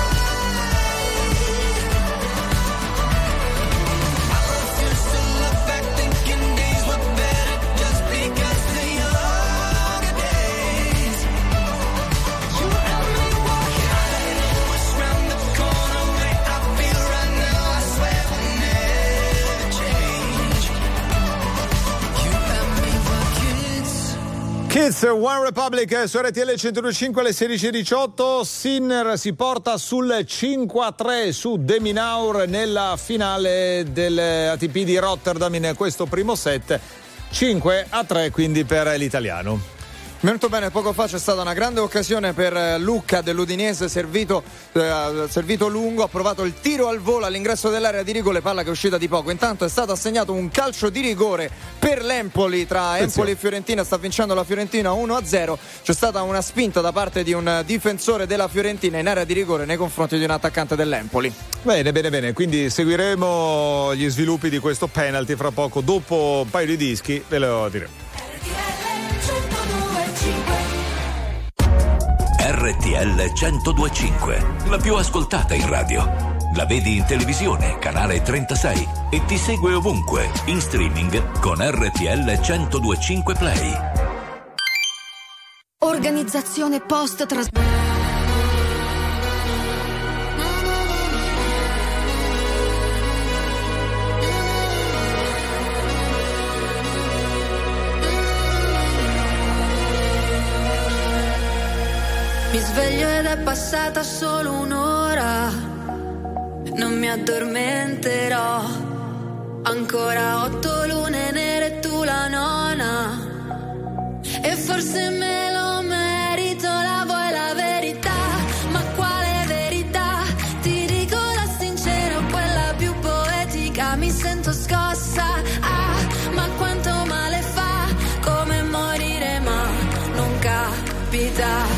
I refuse to look back thinking days were better just because of younger days. You and me were kids, what's round the corner, way I feel right now, I swear we'll never change. You and me were kids. Kids, One Republic su RTL 102.5 alle 16.18. Sinner si porta sul 5-3 su De Minaur nella finale del ATP di Rotterdam in questo primo set. 5-3 quindi per l'italiano. Molto bene, poco fa c'è stata una grande occasione per Lucca dell'Udinese, servito lungo, ha provato il tiro al volo all'ingresso dell'area di rigore, palla che è uscita di poco. Intanto è stato assegnato un calcio di rigore per l'Empoli, tra Empoli e Fiorentina, sta vincendo la Fiorentina 1-0. C'è stata una spinta da parte di un difensore della Fiorentina in area di rigore nei confronti di un attaccante dell'Empoli. Bene, quindi seguiremo gli sviluppi di questo penalty fra poco, dopo un paio di dischi ve lo diremo. RTL 102.5, la più ascoltata in radio. La vedi in televisione, canale 36, e ti segue ovunque, in streaming con RTL 102.5 Play. Organizzazione post-trasmissione. Mi sveglio ed è passata solo un'ora, non mi addormenterò. Ancora 8 lune nere e tu la nona, e forse me lo merito, la vuoi la verità? Ma quale verità? Ti dico la sincera, quella più poetica, mi sento scossa, ma quanto male fa, come morire ma non capita.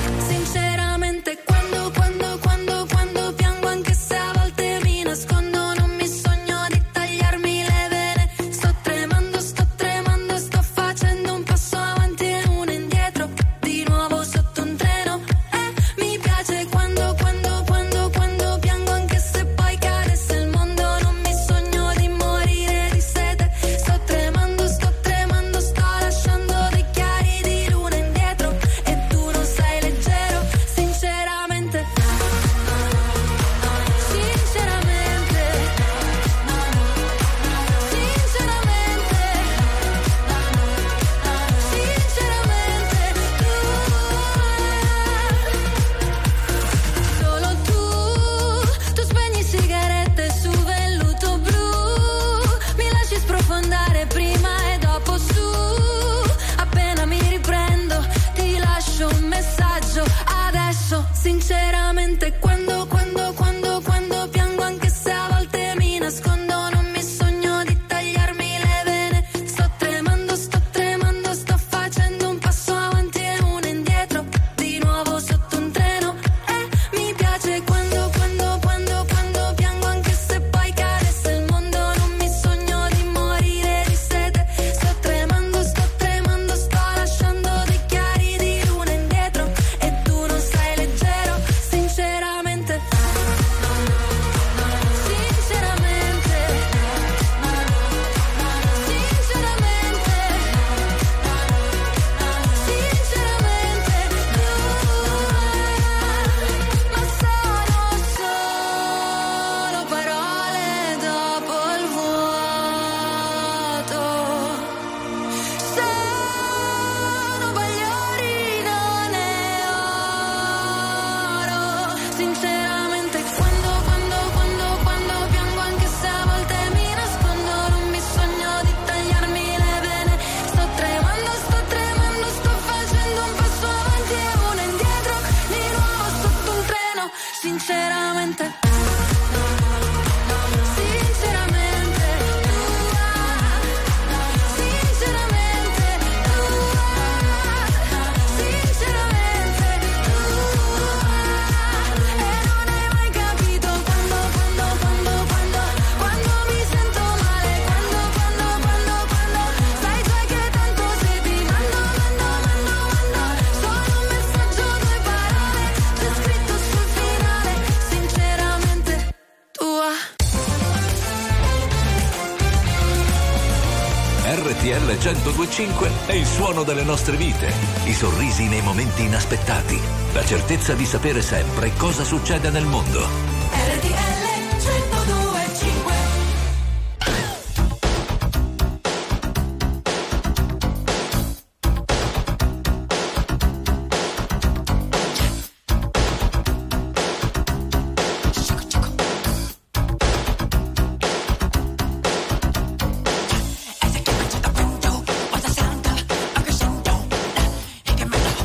Sinceramente quando piango, anche se a volte mi nascondo, non mi sogno di tagliarmi le vene. Sto tremando, sto facendo un passo avanti e uno indietro, di nuovo sotto un treno. Mi piace quando piango, anche se poi cadesse il mondo, non mi sogno di morire di sete. Sto tremando, sto lasciando dei chiari di luna indietro, e tu non sei leggero. Sinceramente, ma sono solo parole dopo il vuoto, sono bagliori non è oro. Sinceramente quando piango, anche se a volte mi nascondo, non mi sogno di tagliarmi le vene. Sto tremando, sto facendo un passo avanti e uno indietro, di nuovo sotto un treno. Sinceramente, e non hai mai capito quando mi sento male, quando sai già che tanto se ti mando solo un messaggio, 2 parole, c'è scritto sul finale, sinceramente tua. RTL 102.5 è il suono delle nostre vite, i sorrisi nei momenti inaspettati, la certezza di sapere sempre cosa succede nel mondo. RTL 102.5. As I get into the window, what's the sound of a crescendo? He can make the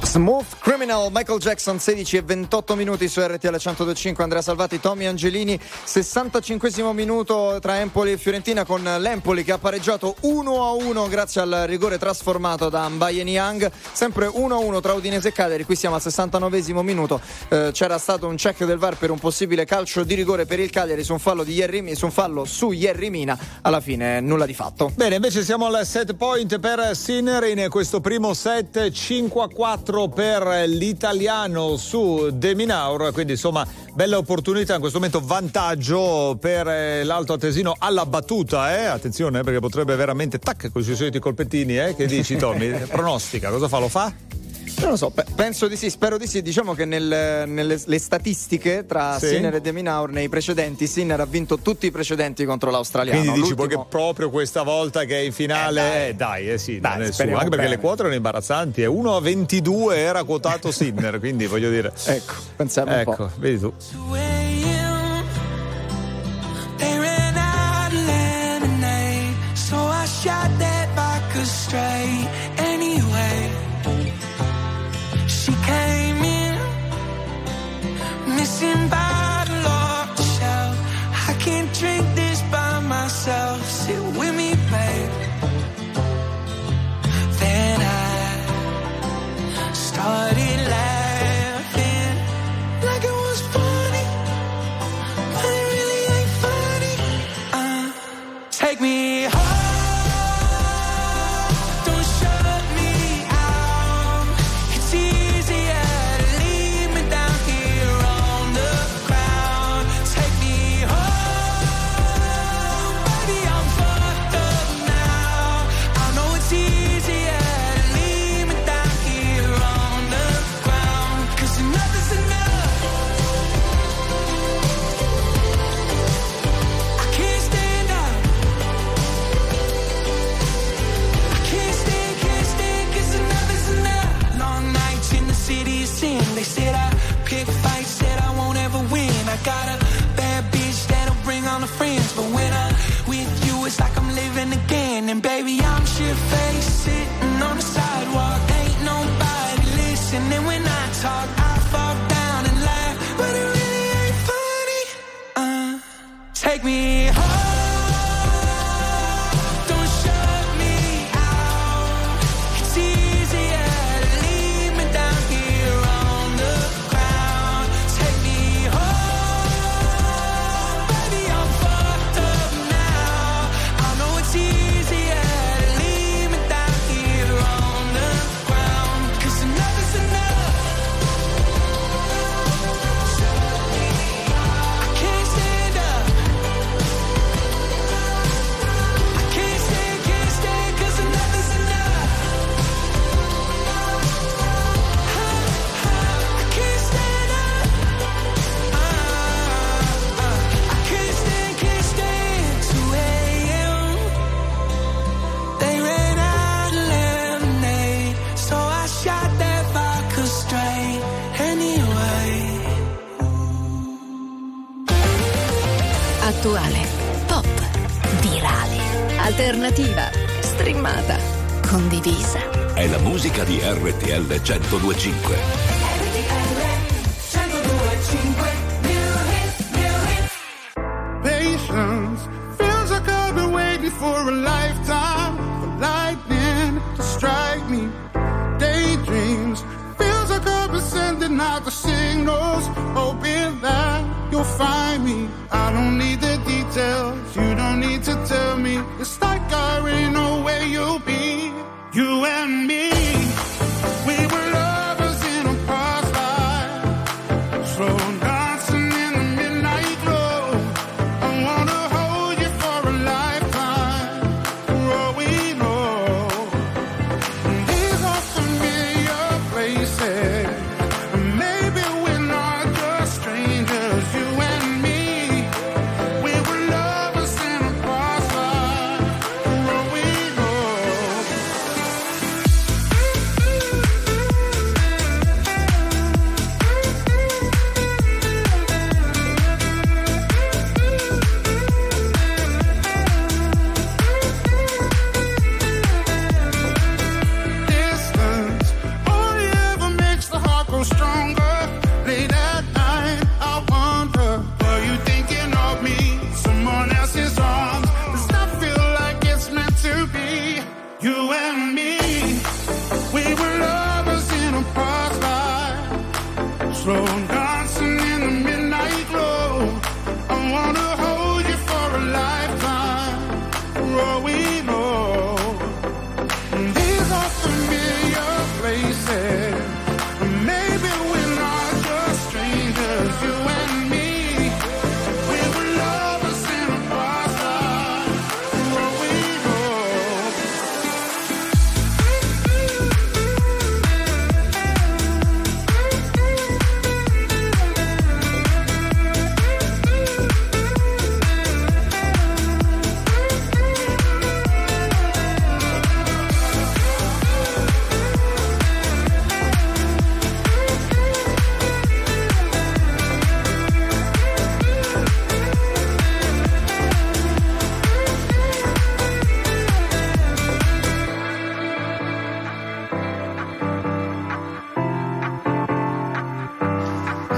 Smooth Criminal, Michael Jackson, 16:28 su RTL 102.5. Andrea Salvati, Tommy Angelini. 65esimo minuto tra Empoli e Fiorentina, con l'Empoli che ha pareggiato 1-1 grazie al rigore trasformato da Mbaye Niang. Sempre 1-1 tra Udinese e Cagliari. Qui siamo al 69esimo minuto. C'era stato un check del VAR per un possibile calcio di rigore per il Cagliari su un fallo su Yerry Mina. Alla fine nulla di fatto. Bene, invece siamo al set point per Sinner in questo primo set. 5-4 per l'italiano su De Minaur, quindi insomma bella opportunità, in questo momento vantaggio per l'Alto Atesino alla battuta, attenzione perché potrebbe veramente con i suoi soliti colpettini, che dici Tommy? Pronostica, cosa fa? Lo fa? Non lo so, penso di sì, spero di sì. Diciamo che nelle statistiche tra Sinner e De Minaur, nei precedenti, Sinner ha vinto tutti i precedenti contro l'australiano. Quindi dici poi che proprio questa volta che è in finale, dai, non è suo, anche perché le quote erano imbarazzanti, 1-22 era quotato Sinner, quindi voglio dire. Ecco, pensiamo un po'. Vedi tu. She came in, missing bottle off the shelf. I can't drink this by myself. Sit with me, babe. Then I started laughing like it was funny, but it really ain't funny. Take me home. They said I pick fights, said I won't ever win. I got a bad bitch that'll bring all the friends, but when I'm with you, it's like I'm living again. And baby, I'm shit-faced, sitting on the sidewalk. Ain't nobody listening when I talk. I fall down and laugh, but it really ain't funny. Take me home. Attuale, pop, virale, alternativa, streamata, condivisa. È la musica di RTL 102.5. Patience feels like I've been waiting for a lifetime, for lightning to strike me. Daydreams feels like I've been sending out the signals, hoping that you'll find me. I don't need the details, you don't need to tell me. It's like I already know where you'll be. You and me, we were lovers in a past life, slow dancing in the midnight glow. I wanna hold you for a lifetime, for all we know. These are familiar places, maybe we're not just strangers. You and me, we were lovers in a past life, for all we know.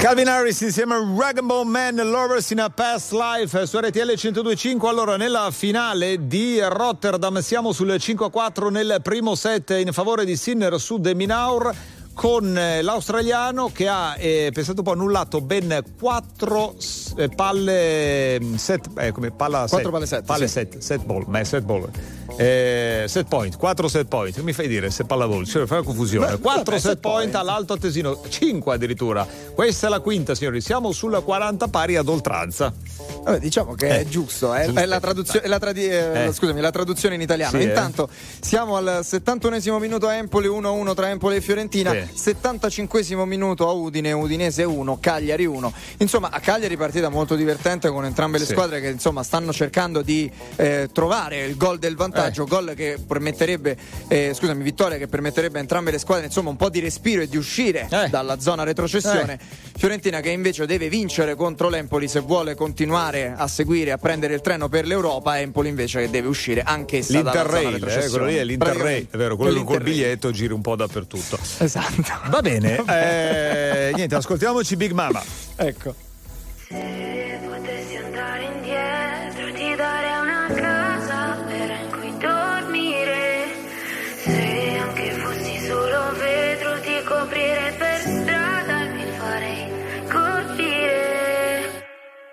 Calvin Harris insieme a Rag'n'Bone Man, Lovers in a Past Life su RTL 102.5. Allora, nella finale di Rotterdam siamo sul 5-4 nel primo set in favore di Sinner su De Minaur, con l'australiano che ha, pensate un po', annullato ben 4 palle set, come palla 4 palle set, palle sì. set ball, set point, 4 set point, mi fai dire se pallavolo, cioè fa una confusione. 4 set point all'Alto Atesino, 5 addirittura. Questa è la quinta, signori, siamo sulla 40 pari ad oltranza. Vabbè, diciamo che è giusto, è la traduzione, scusami, la traduzione in italiano. Sì, intanto siamo al 71esimo minuto a Empoli 1-1 tra Empoli e Fiorentina, 75esimo minuto a Udinese 1, Cagliari 1. Insomma, a Cagliari partita molto divertente con entrambe le squadre che insomma stanno cercando di trovare il gol del vantaggio, gol che permetterebbe vittoria che permetterebbe a entrambe le squadre insomma un po' di respiro e di uscire dalla zona retrocessione. Fiorentina che invece deve vincere contro l'Empoli se vuole continuare a seguire, a prendere il treno per l'Europa. Empoli invece che deve uscire anch'essa dalla zona retrocessione. Quello lì è l'Interrail, è vero, quello col biglietto giri un po' dappertutto. Esatto. Va bene, niente, ascoltiamoci Big Mama. Ecco. Se potessi andare indietro, ti darei una casa vera in cui dormire. Se anche fossi solo vetro, ti coprirei per strada e mi farei colpire.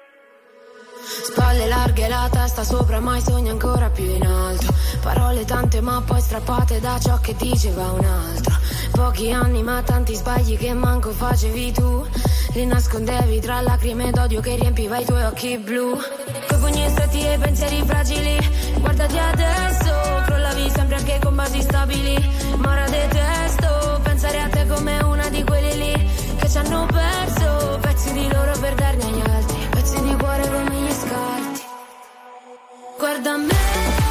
Spalle larghe, la testa sopra, mai sogni ancora più in alto. Parole tante ma poi strappate da ciò che diceva un altro. Pochi anni ma tanti sbagli che manco facevi tu. Li nascondevi tra lacrime d'odio che riempiva i tuoi occhi blu. Coi pugni stretti e pensieri fragili, guardati adesso, crollavi sempre anche con basi stabili. Ma ora detesto pensare a te come una di quelli lì che ci hanno perso pezzi di loro per darne agli altri, pezzi di cuore come gli scarti. Guarda me,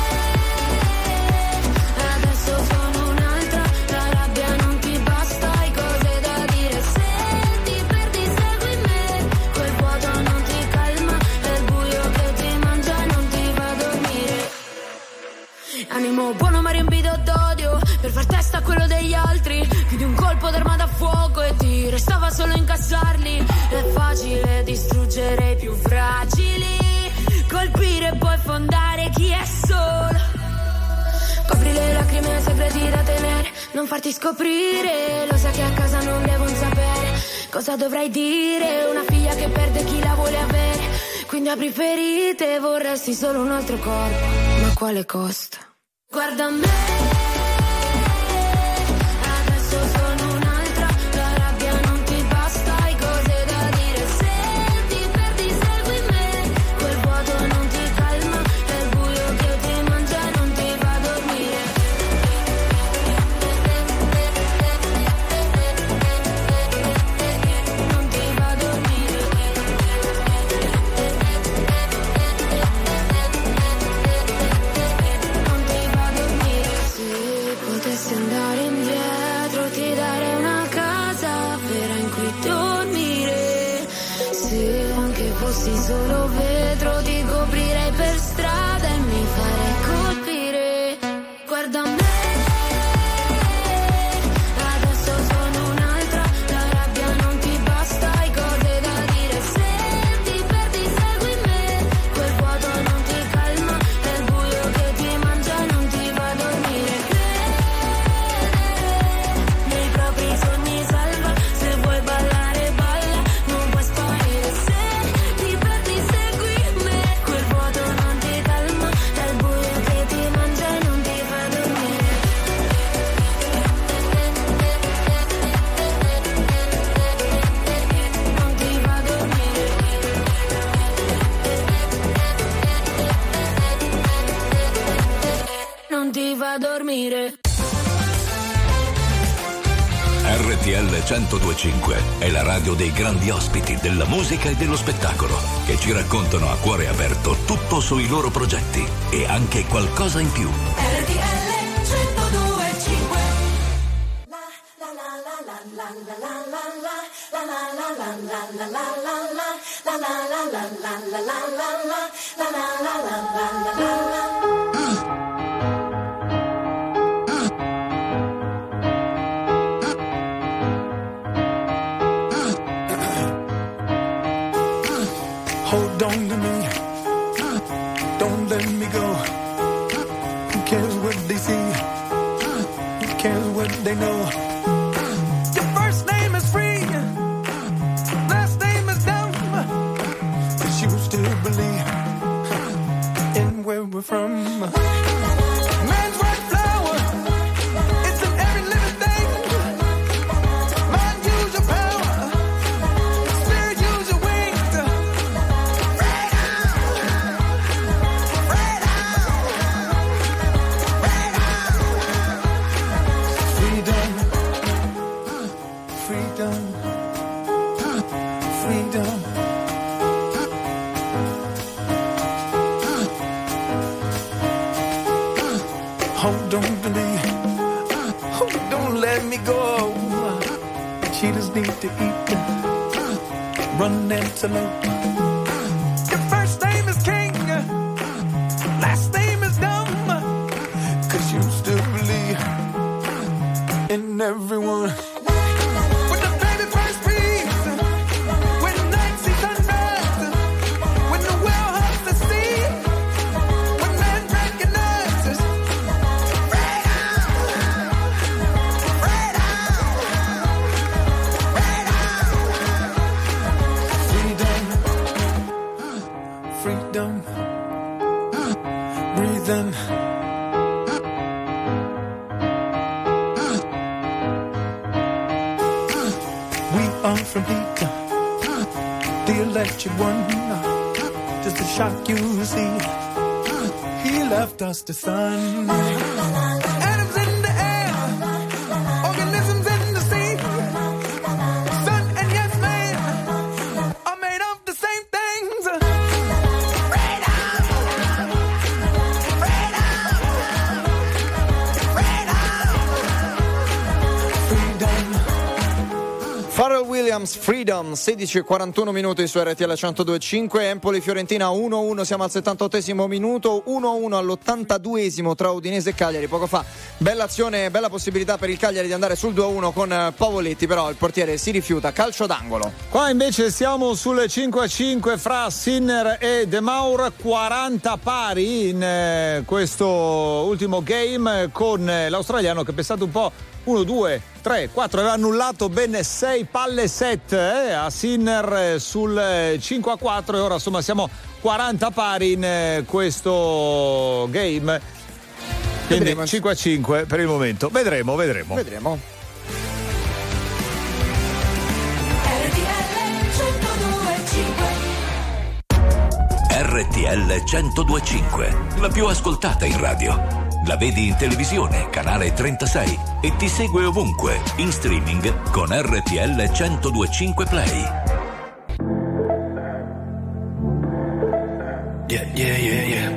adesso sono un'altra, la rabbia non ti basta, hai cose da dire. Se ti perdi segui me, quel vuoto non ti calma, è il buio che ti mangia e non ti fa dormire. Animo buono ma riempito d'odio, per far testa a quello degli altri, più di un colpo d'arma da fuoco e ti restava solo incassarli. È facile distruggere i più fragili, colpire e poi fondare chi è solo. Copri le lacrime, segreti da tenere, non farti scoprire. Lo sai che a casa non devono sapere cosa dovrai dire. Una figlia che perde chi la vuole avere, quindi apri ferite, vorresti solo un altro corpo, ma a quale costo? Guarda me, solo vetro, ti coprirei per strada e mi farei colpire. Guarda me, adesso sono un'altra, la rabbia non ti basta, hai cose da dire. Se ti perdi segui me, quel vuoto non ti calma, è il buio che ti mangia e non ti fa dormire. Credere nei propri sogni salva, se vuoi ballare balla, non puoi sparire. Se ti fa dormire. RTL 102.5 è la radio dei grandi ospiti della musica e dello spettacolo, che ci raccontano a cuore aperto tutto sui loro progetti e anche qualcosa in più. RTL 102.5. you go? Who cares what they see? Who cares what they know? Your first name is free, last name is dumb, but you still believe in where we're from. Man's white flower, it's in every living thing. Mind, use your power, spirit, use your wings. Freedom, freedom, freedom. Hold on to me, oh, don't let me go. Cheetahs need to eat, run antelope. Your first name is King, last name is Dumb, 'cause you still believe in everyone. When the baby first breathes, when night sees sunrise, when the whale hugs the sea, when man recognizes freedom, breathe in. We are from heat, the electric one, just to shock you, see. He left us the sun. Atoms in the air, organisms in the sea. Sun and yes man are made of the same things. Pharrell Williams, Freedom, 16:41 minuti su RTL 102.5, Empoli Fiorentina 1-1, siamo al 78esimo minuto, 1-1 all'82esimo tra Udinese e Cagliari. Poco fa bella azione, bella possibilità per il Cagliari di andare sul 2-1 con Pavoletti, però il portiere si rifiuta, calcio d'angolo. Qua invece siamo sul 5-5 fra Sinner e De Maur, 40 pari in questo ultimo game, con l'australiano che è pensato un po', 1, 2, 3, 4, aveva annullato ben 6 palle set a Sinner sul 5-4 e ora insomma siamo 40 pari in questo game. Quindi 5-5 per il momento. Vedremo. RTL 102.5, la più ascoltata in radio. La vedi in televisione, canale 36, e ti segue ovunque, in streaming con RTL 102.5 Play. Yeah.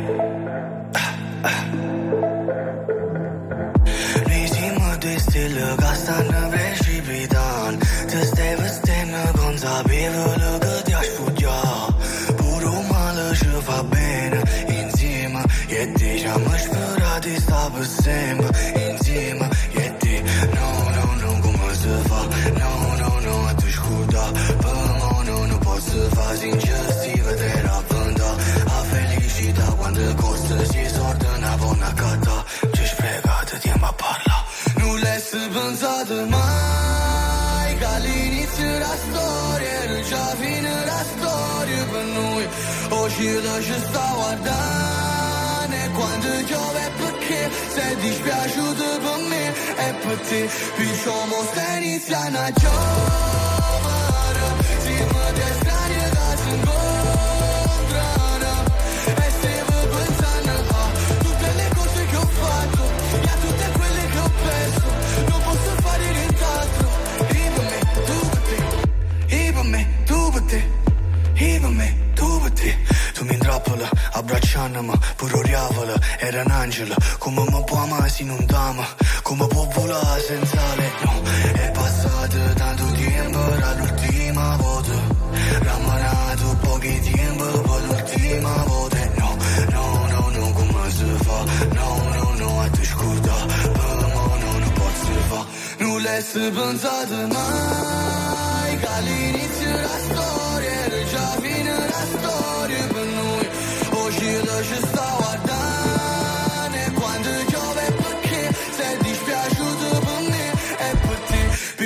Rejimul de stil ca stană precipitan. Te stai vestendo con sapevo che ti aș putea. Puro mală și va bene insieme. E deja mă spera de sta per sempre insieme. E te, no, come se fa. No, a te scuda. Per non posso fa singestive te rabbanda. A felicità quando costa si sorda una buona cata. Ce spregate tempo a parla. Non l'hai pensato mai che all'inizio la storia era già fine la storia per noi. Oggi ci sta guardando e quando piove perché sei dispiaciuto per me e per te. Diciamo stai iniziando a giovere, siamo dei strani da si incontrano e stavo pensando a tutte le cose che ho fatto e a tutte quelle che ho perso. Non posso fare nient'altro. E per me, tu per te. E per me, tu per te. E per me, tu per te. Tu mi intrappola, abbracciandomi, pure oriavola, era un angelo. Come mi può amare se non t'ama? Come può volare senza lei? No, è passato tanto tempo dall'ultima volta. Rammanato pochi tempo per l'ultima volta. No, come si fa? No, a te scusa. Per me non posso fa. Non l'hai pensato mai che all'inizio la storia era già fine la storia per noi. Oggi ci sta guardando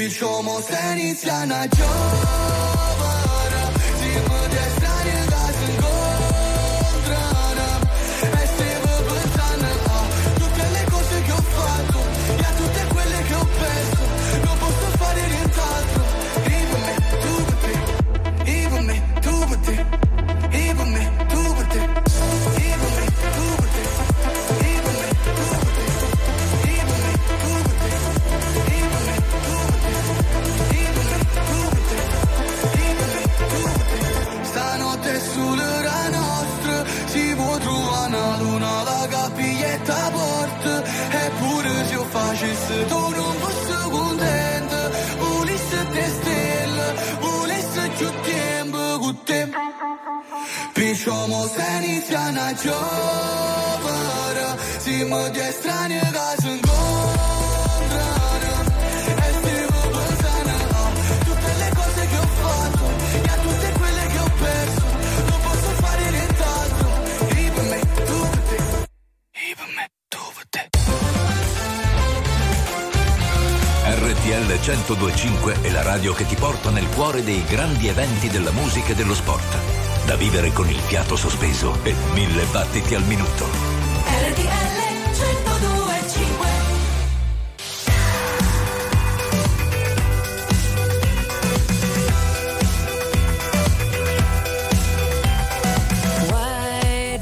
Picciamo se inizia una giovane, siamo di strani che si incontrano e stiamo pensando a tutte le cose che ho fatto e a tutte quelle che ho perso. Non posso fare nient'altro. Io per me, tu per te. Io per me, tu per te. Io per me, tu per te. Io per me, tu per te. Io per me, tu per te. Io per me, tu per te. Io per me, tu per te. Io per me, tu per te. Io per me, tu per te. Stanotte sulla nostra si può trovare una luna, la capiglietta porta. Eppure se io facessi tu non fossi contento, volessi te stelle, volessi più tempo con te. Picciamo se inizia una giovane, siamo di strani che si incontrano e stiamo pensando a tutte le cose che ho fatto e a tutte quelle che ho perso. Non posso fare nient'altro. Io per me, tu per te. Io per me, tu per te. RTL 102.5 è la radio che ti porta nel cuore dei grandi eventi della musica e dello sport. Da vivere con il fiato sospeso e 1000 battiti al minuto. RTL 102.5. White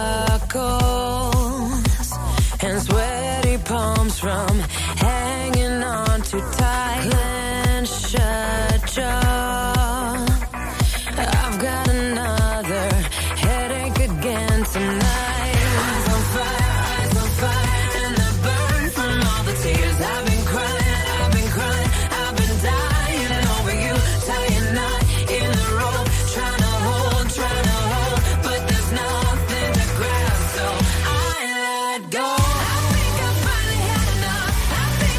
knuckles and sweaty palms from hanging on too tight. Clenched shut jaw. I've got another headache again tonight. Eyes on fire, and the burn from all the tears. I've been crying, I've been dying over you. Tying knot in the rope, trying to hold, but there's nothing to grab, so I let go. I think I finally had enough. I think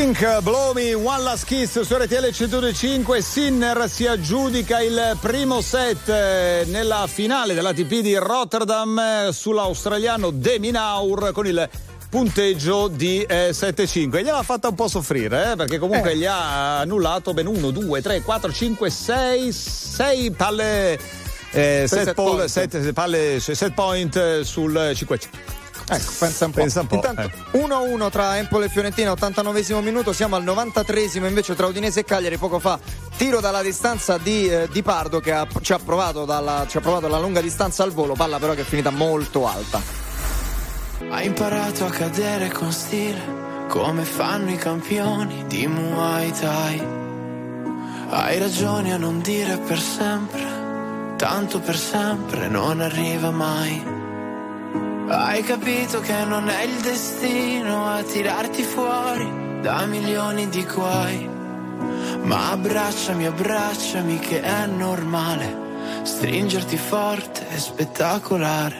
Pink, Blow Me, One Last Kiss su RTL 102.5. Sinner si aggiudica il primo set nella finale dell'ATP di Rotterdam sull'australiano De Minaur con il punteggio di 7-5. Gliel'ha fatta un po' soffrire, perché comunque gli ha annullato ben 1, 2, 3, 4, 5, 6 palle, set point sul 5. Ecco, pensa un po'. Intanto 1-1 tra Empoli e Fiorentina, 89esimo minuto, siamo al 93esimo invece tra Udinese e Cagliari. Poco fa tiro dalla distanza di Pardo che ci ha provato la lunga distanza al volo, palla però che è finita molto alta. Hai imparato a cadere con stile, come fanno i campioni di Muay Thai. Hai ragione a non dire per sempre, tanto per sempre non arriva mai. Hai capito che non è il destino a tirarti fuori da milioni di guai. Ma abbracciami, abbracciami che è normale stringerti forte e spettacolare.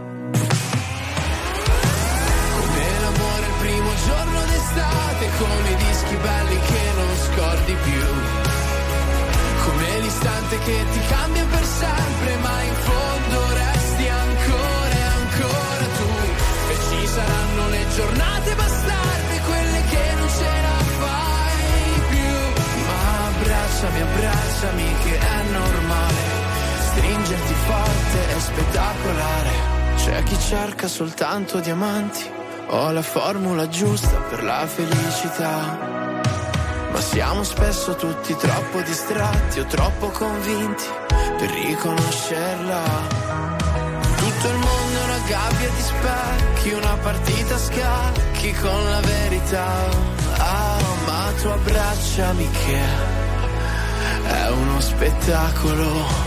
Come l'amore il primo giorno d'estate, come i dischi belli che non scordi più. Come l'istante che ti cambia per sempre, ma in fondo resti ancora e ancora tu. E ci saranno le giornate bastarde, quelle che non ce la fai più. Ma abbracciami, abbracciami che è normale stringerti forte e spettacolare. C'è chi cerca soltanto diamanti, ho la formula giusta per la felicità. Ma siamo spesso tutti troppo distratti o troppo convinti per riconoscerla. Tutto il mondo è una gabbia di specchi, una partita a scacchi con la verità. Ah, ma tu abbracciami che è uno spettacolo.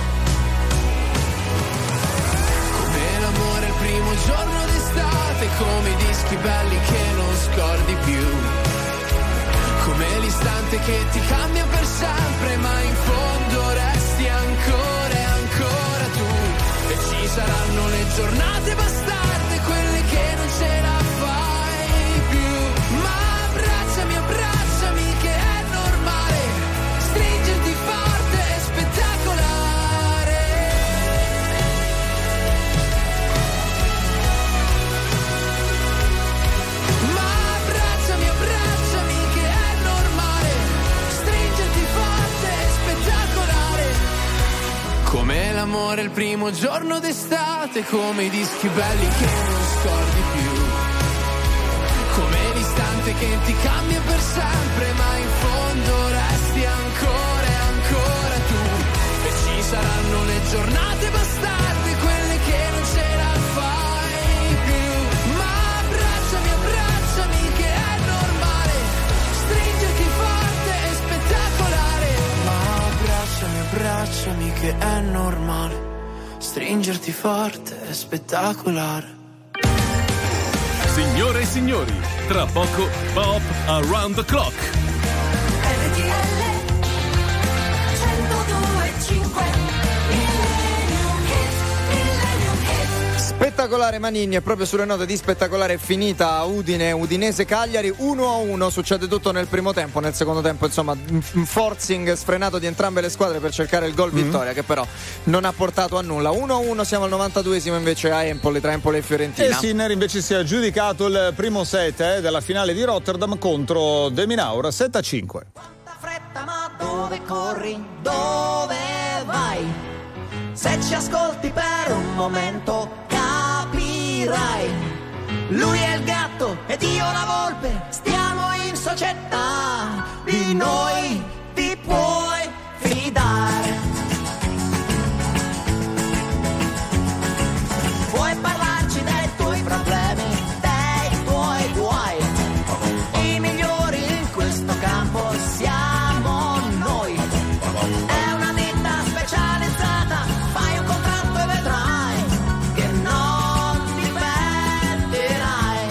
Come l'amore il primo giorno d'estate, come i dischi belli che non scordi più. Come l'istante che ti cambia per sempre, ma in fondo resti ancora e ancora tu. E ci saranno le giornate bastarde, quelle che non ce la fai più. Ma abbracciami, abbracciami che è normale stringerti forte e spettacolare. Ma abbracciami, abbracciami che è normale stringerti forte e spettacolare. Come l'amore il primo giorno d'estate, come i dischi belli che non scordi più. Come l'istante che ti cambia per sempre, ma in fondo resti ancora e ancora tu. E ci saranno le giornate bastarde, quelle che non ce la fai più. Ma abbracciami, abbracciami che è normale stringerti forte e spettacolare. Ma abbracciami, abbracciami che è normale stringerti forte e spettacolare. Signore e signori, tra poco Pop Around the Clock. Spettacolare Manini, e proprio sulle note di spettacolare è finita Udinese Cagliari 1-1. Succede tutto nel primo tempo. Nel secondo tempo insomma un forcing sfrenato di entrambe le squadre per cercare il gol vittoria, che però non ha portato a nulla. 1-1, siamo al 92esimo invece a Empoli, tra Empoli e Fiorentina. E Sinner invece si è aggiudicato il primo set della finale di Rotterdam contro De Minaur 7-5. Quanta fretta, ma dove corri? Dove vai? Se ci ascolti per un momento capirai. Lui è il gatto ed io la volpe, stiamo in società, di noi ti puoi fidare. Puoi parlarci dei tuoi problemi, dei tuoi guai. I migliori in questo campo siamo noi. È una ditta specializzata, fai un contratto e vedrai che non ti pentirai.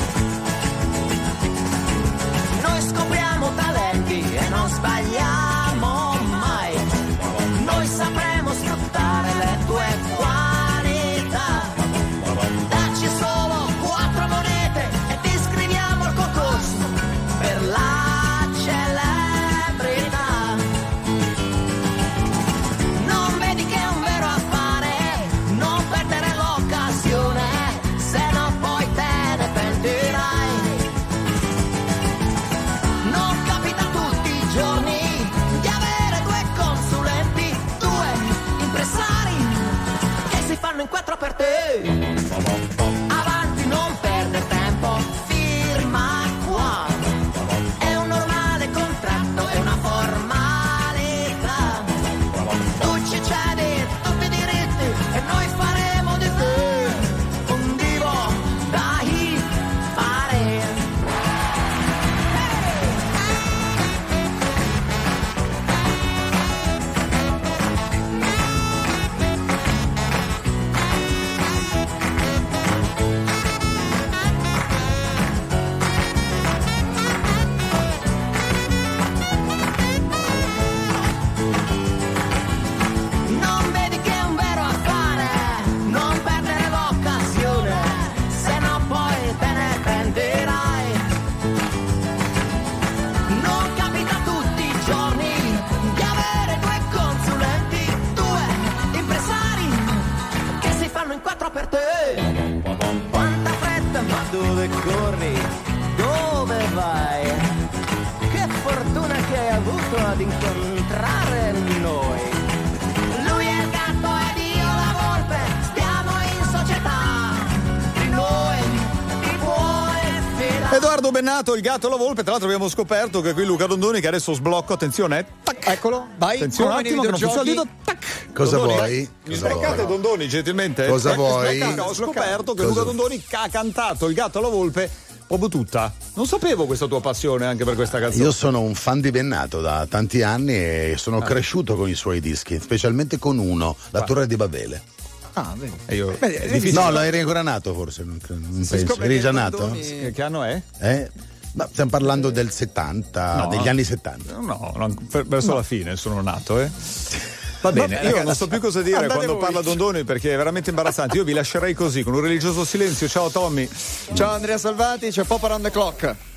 Noi scopriamo talenti e non sbagliamo incontrare noi. Lui è il gatto ed io la volpe, stiamo in società, di noi ti puoi fidare. Edoardo Bennato, il gatto e la volpe. Tra l'altro abbiamo scoperto che qui Luca Dondoni, che adesso sblocco, attenzione, tac, eccolo, vai, attenzione un attimo che non funziona il dito, tac. Cosa Dondoni, vuoi? Mi sbloccate Dondoni gentilmente? Cosa vuoi? Ho scoperto che Luca Dondoni ha cantato il gatto e la volpe proprio tutta. Non sapevo questa tua passione anche per questa canzone. Io sono un fan di Bennato da tanti anni e sono cresciuto con i suoi dischi, specialmente con uno, La Torre di Babele. Ah, vedi. No, eri ancora nato forse, non penso. Eri già nato? Che anno è? Ma stiamo parlando del 70, degli anni 70. No, verso la fine sono nato, Va bene, io non so più cosa dire quando parla Dondoni perché è veramente imbarazzante. Io vi lascerei così, con un religioso silenzio. Ciao Tommy. Ciao Andrea Salvati, c'è Pop Around the Clock.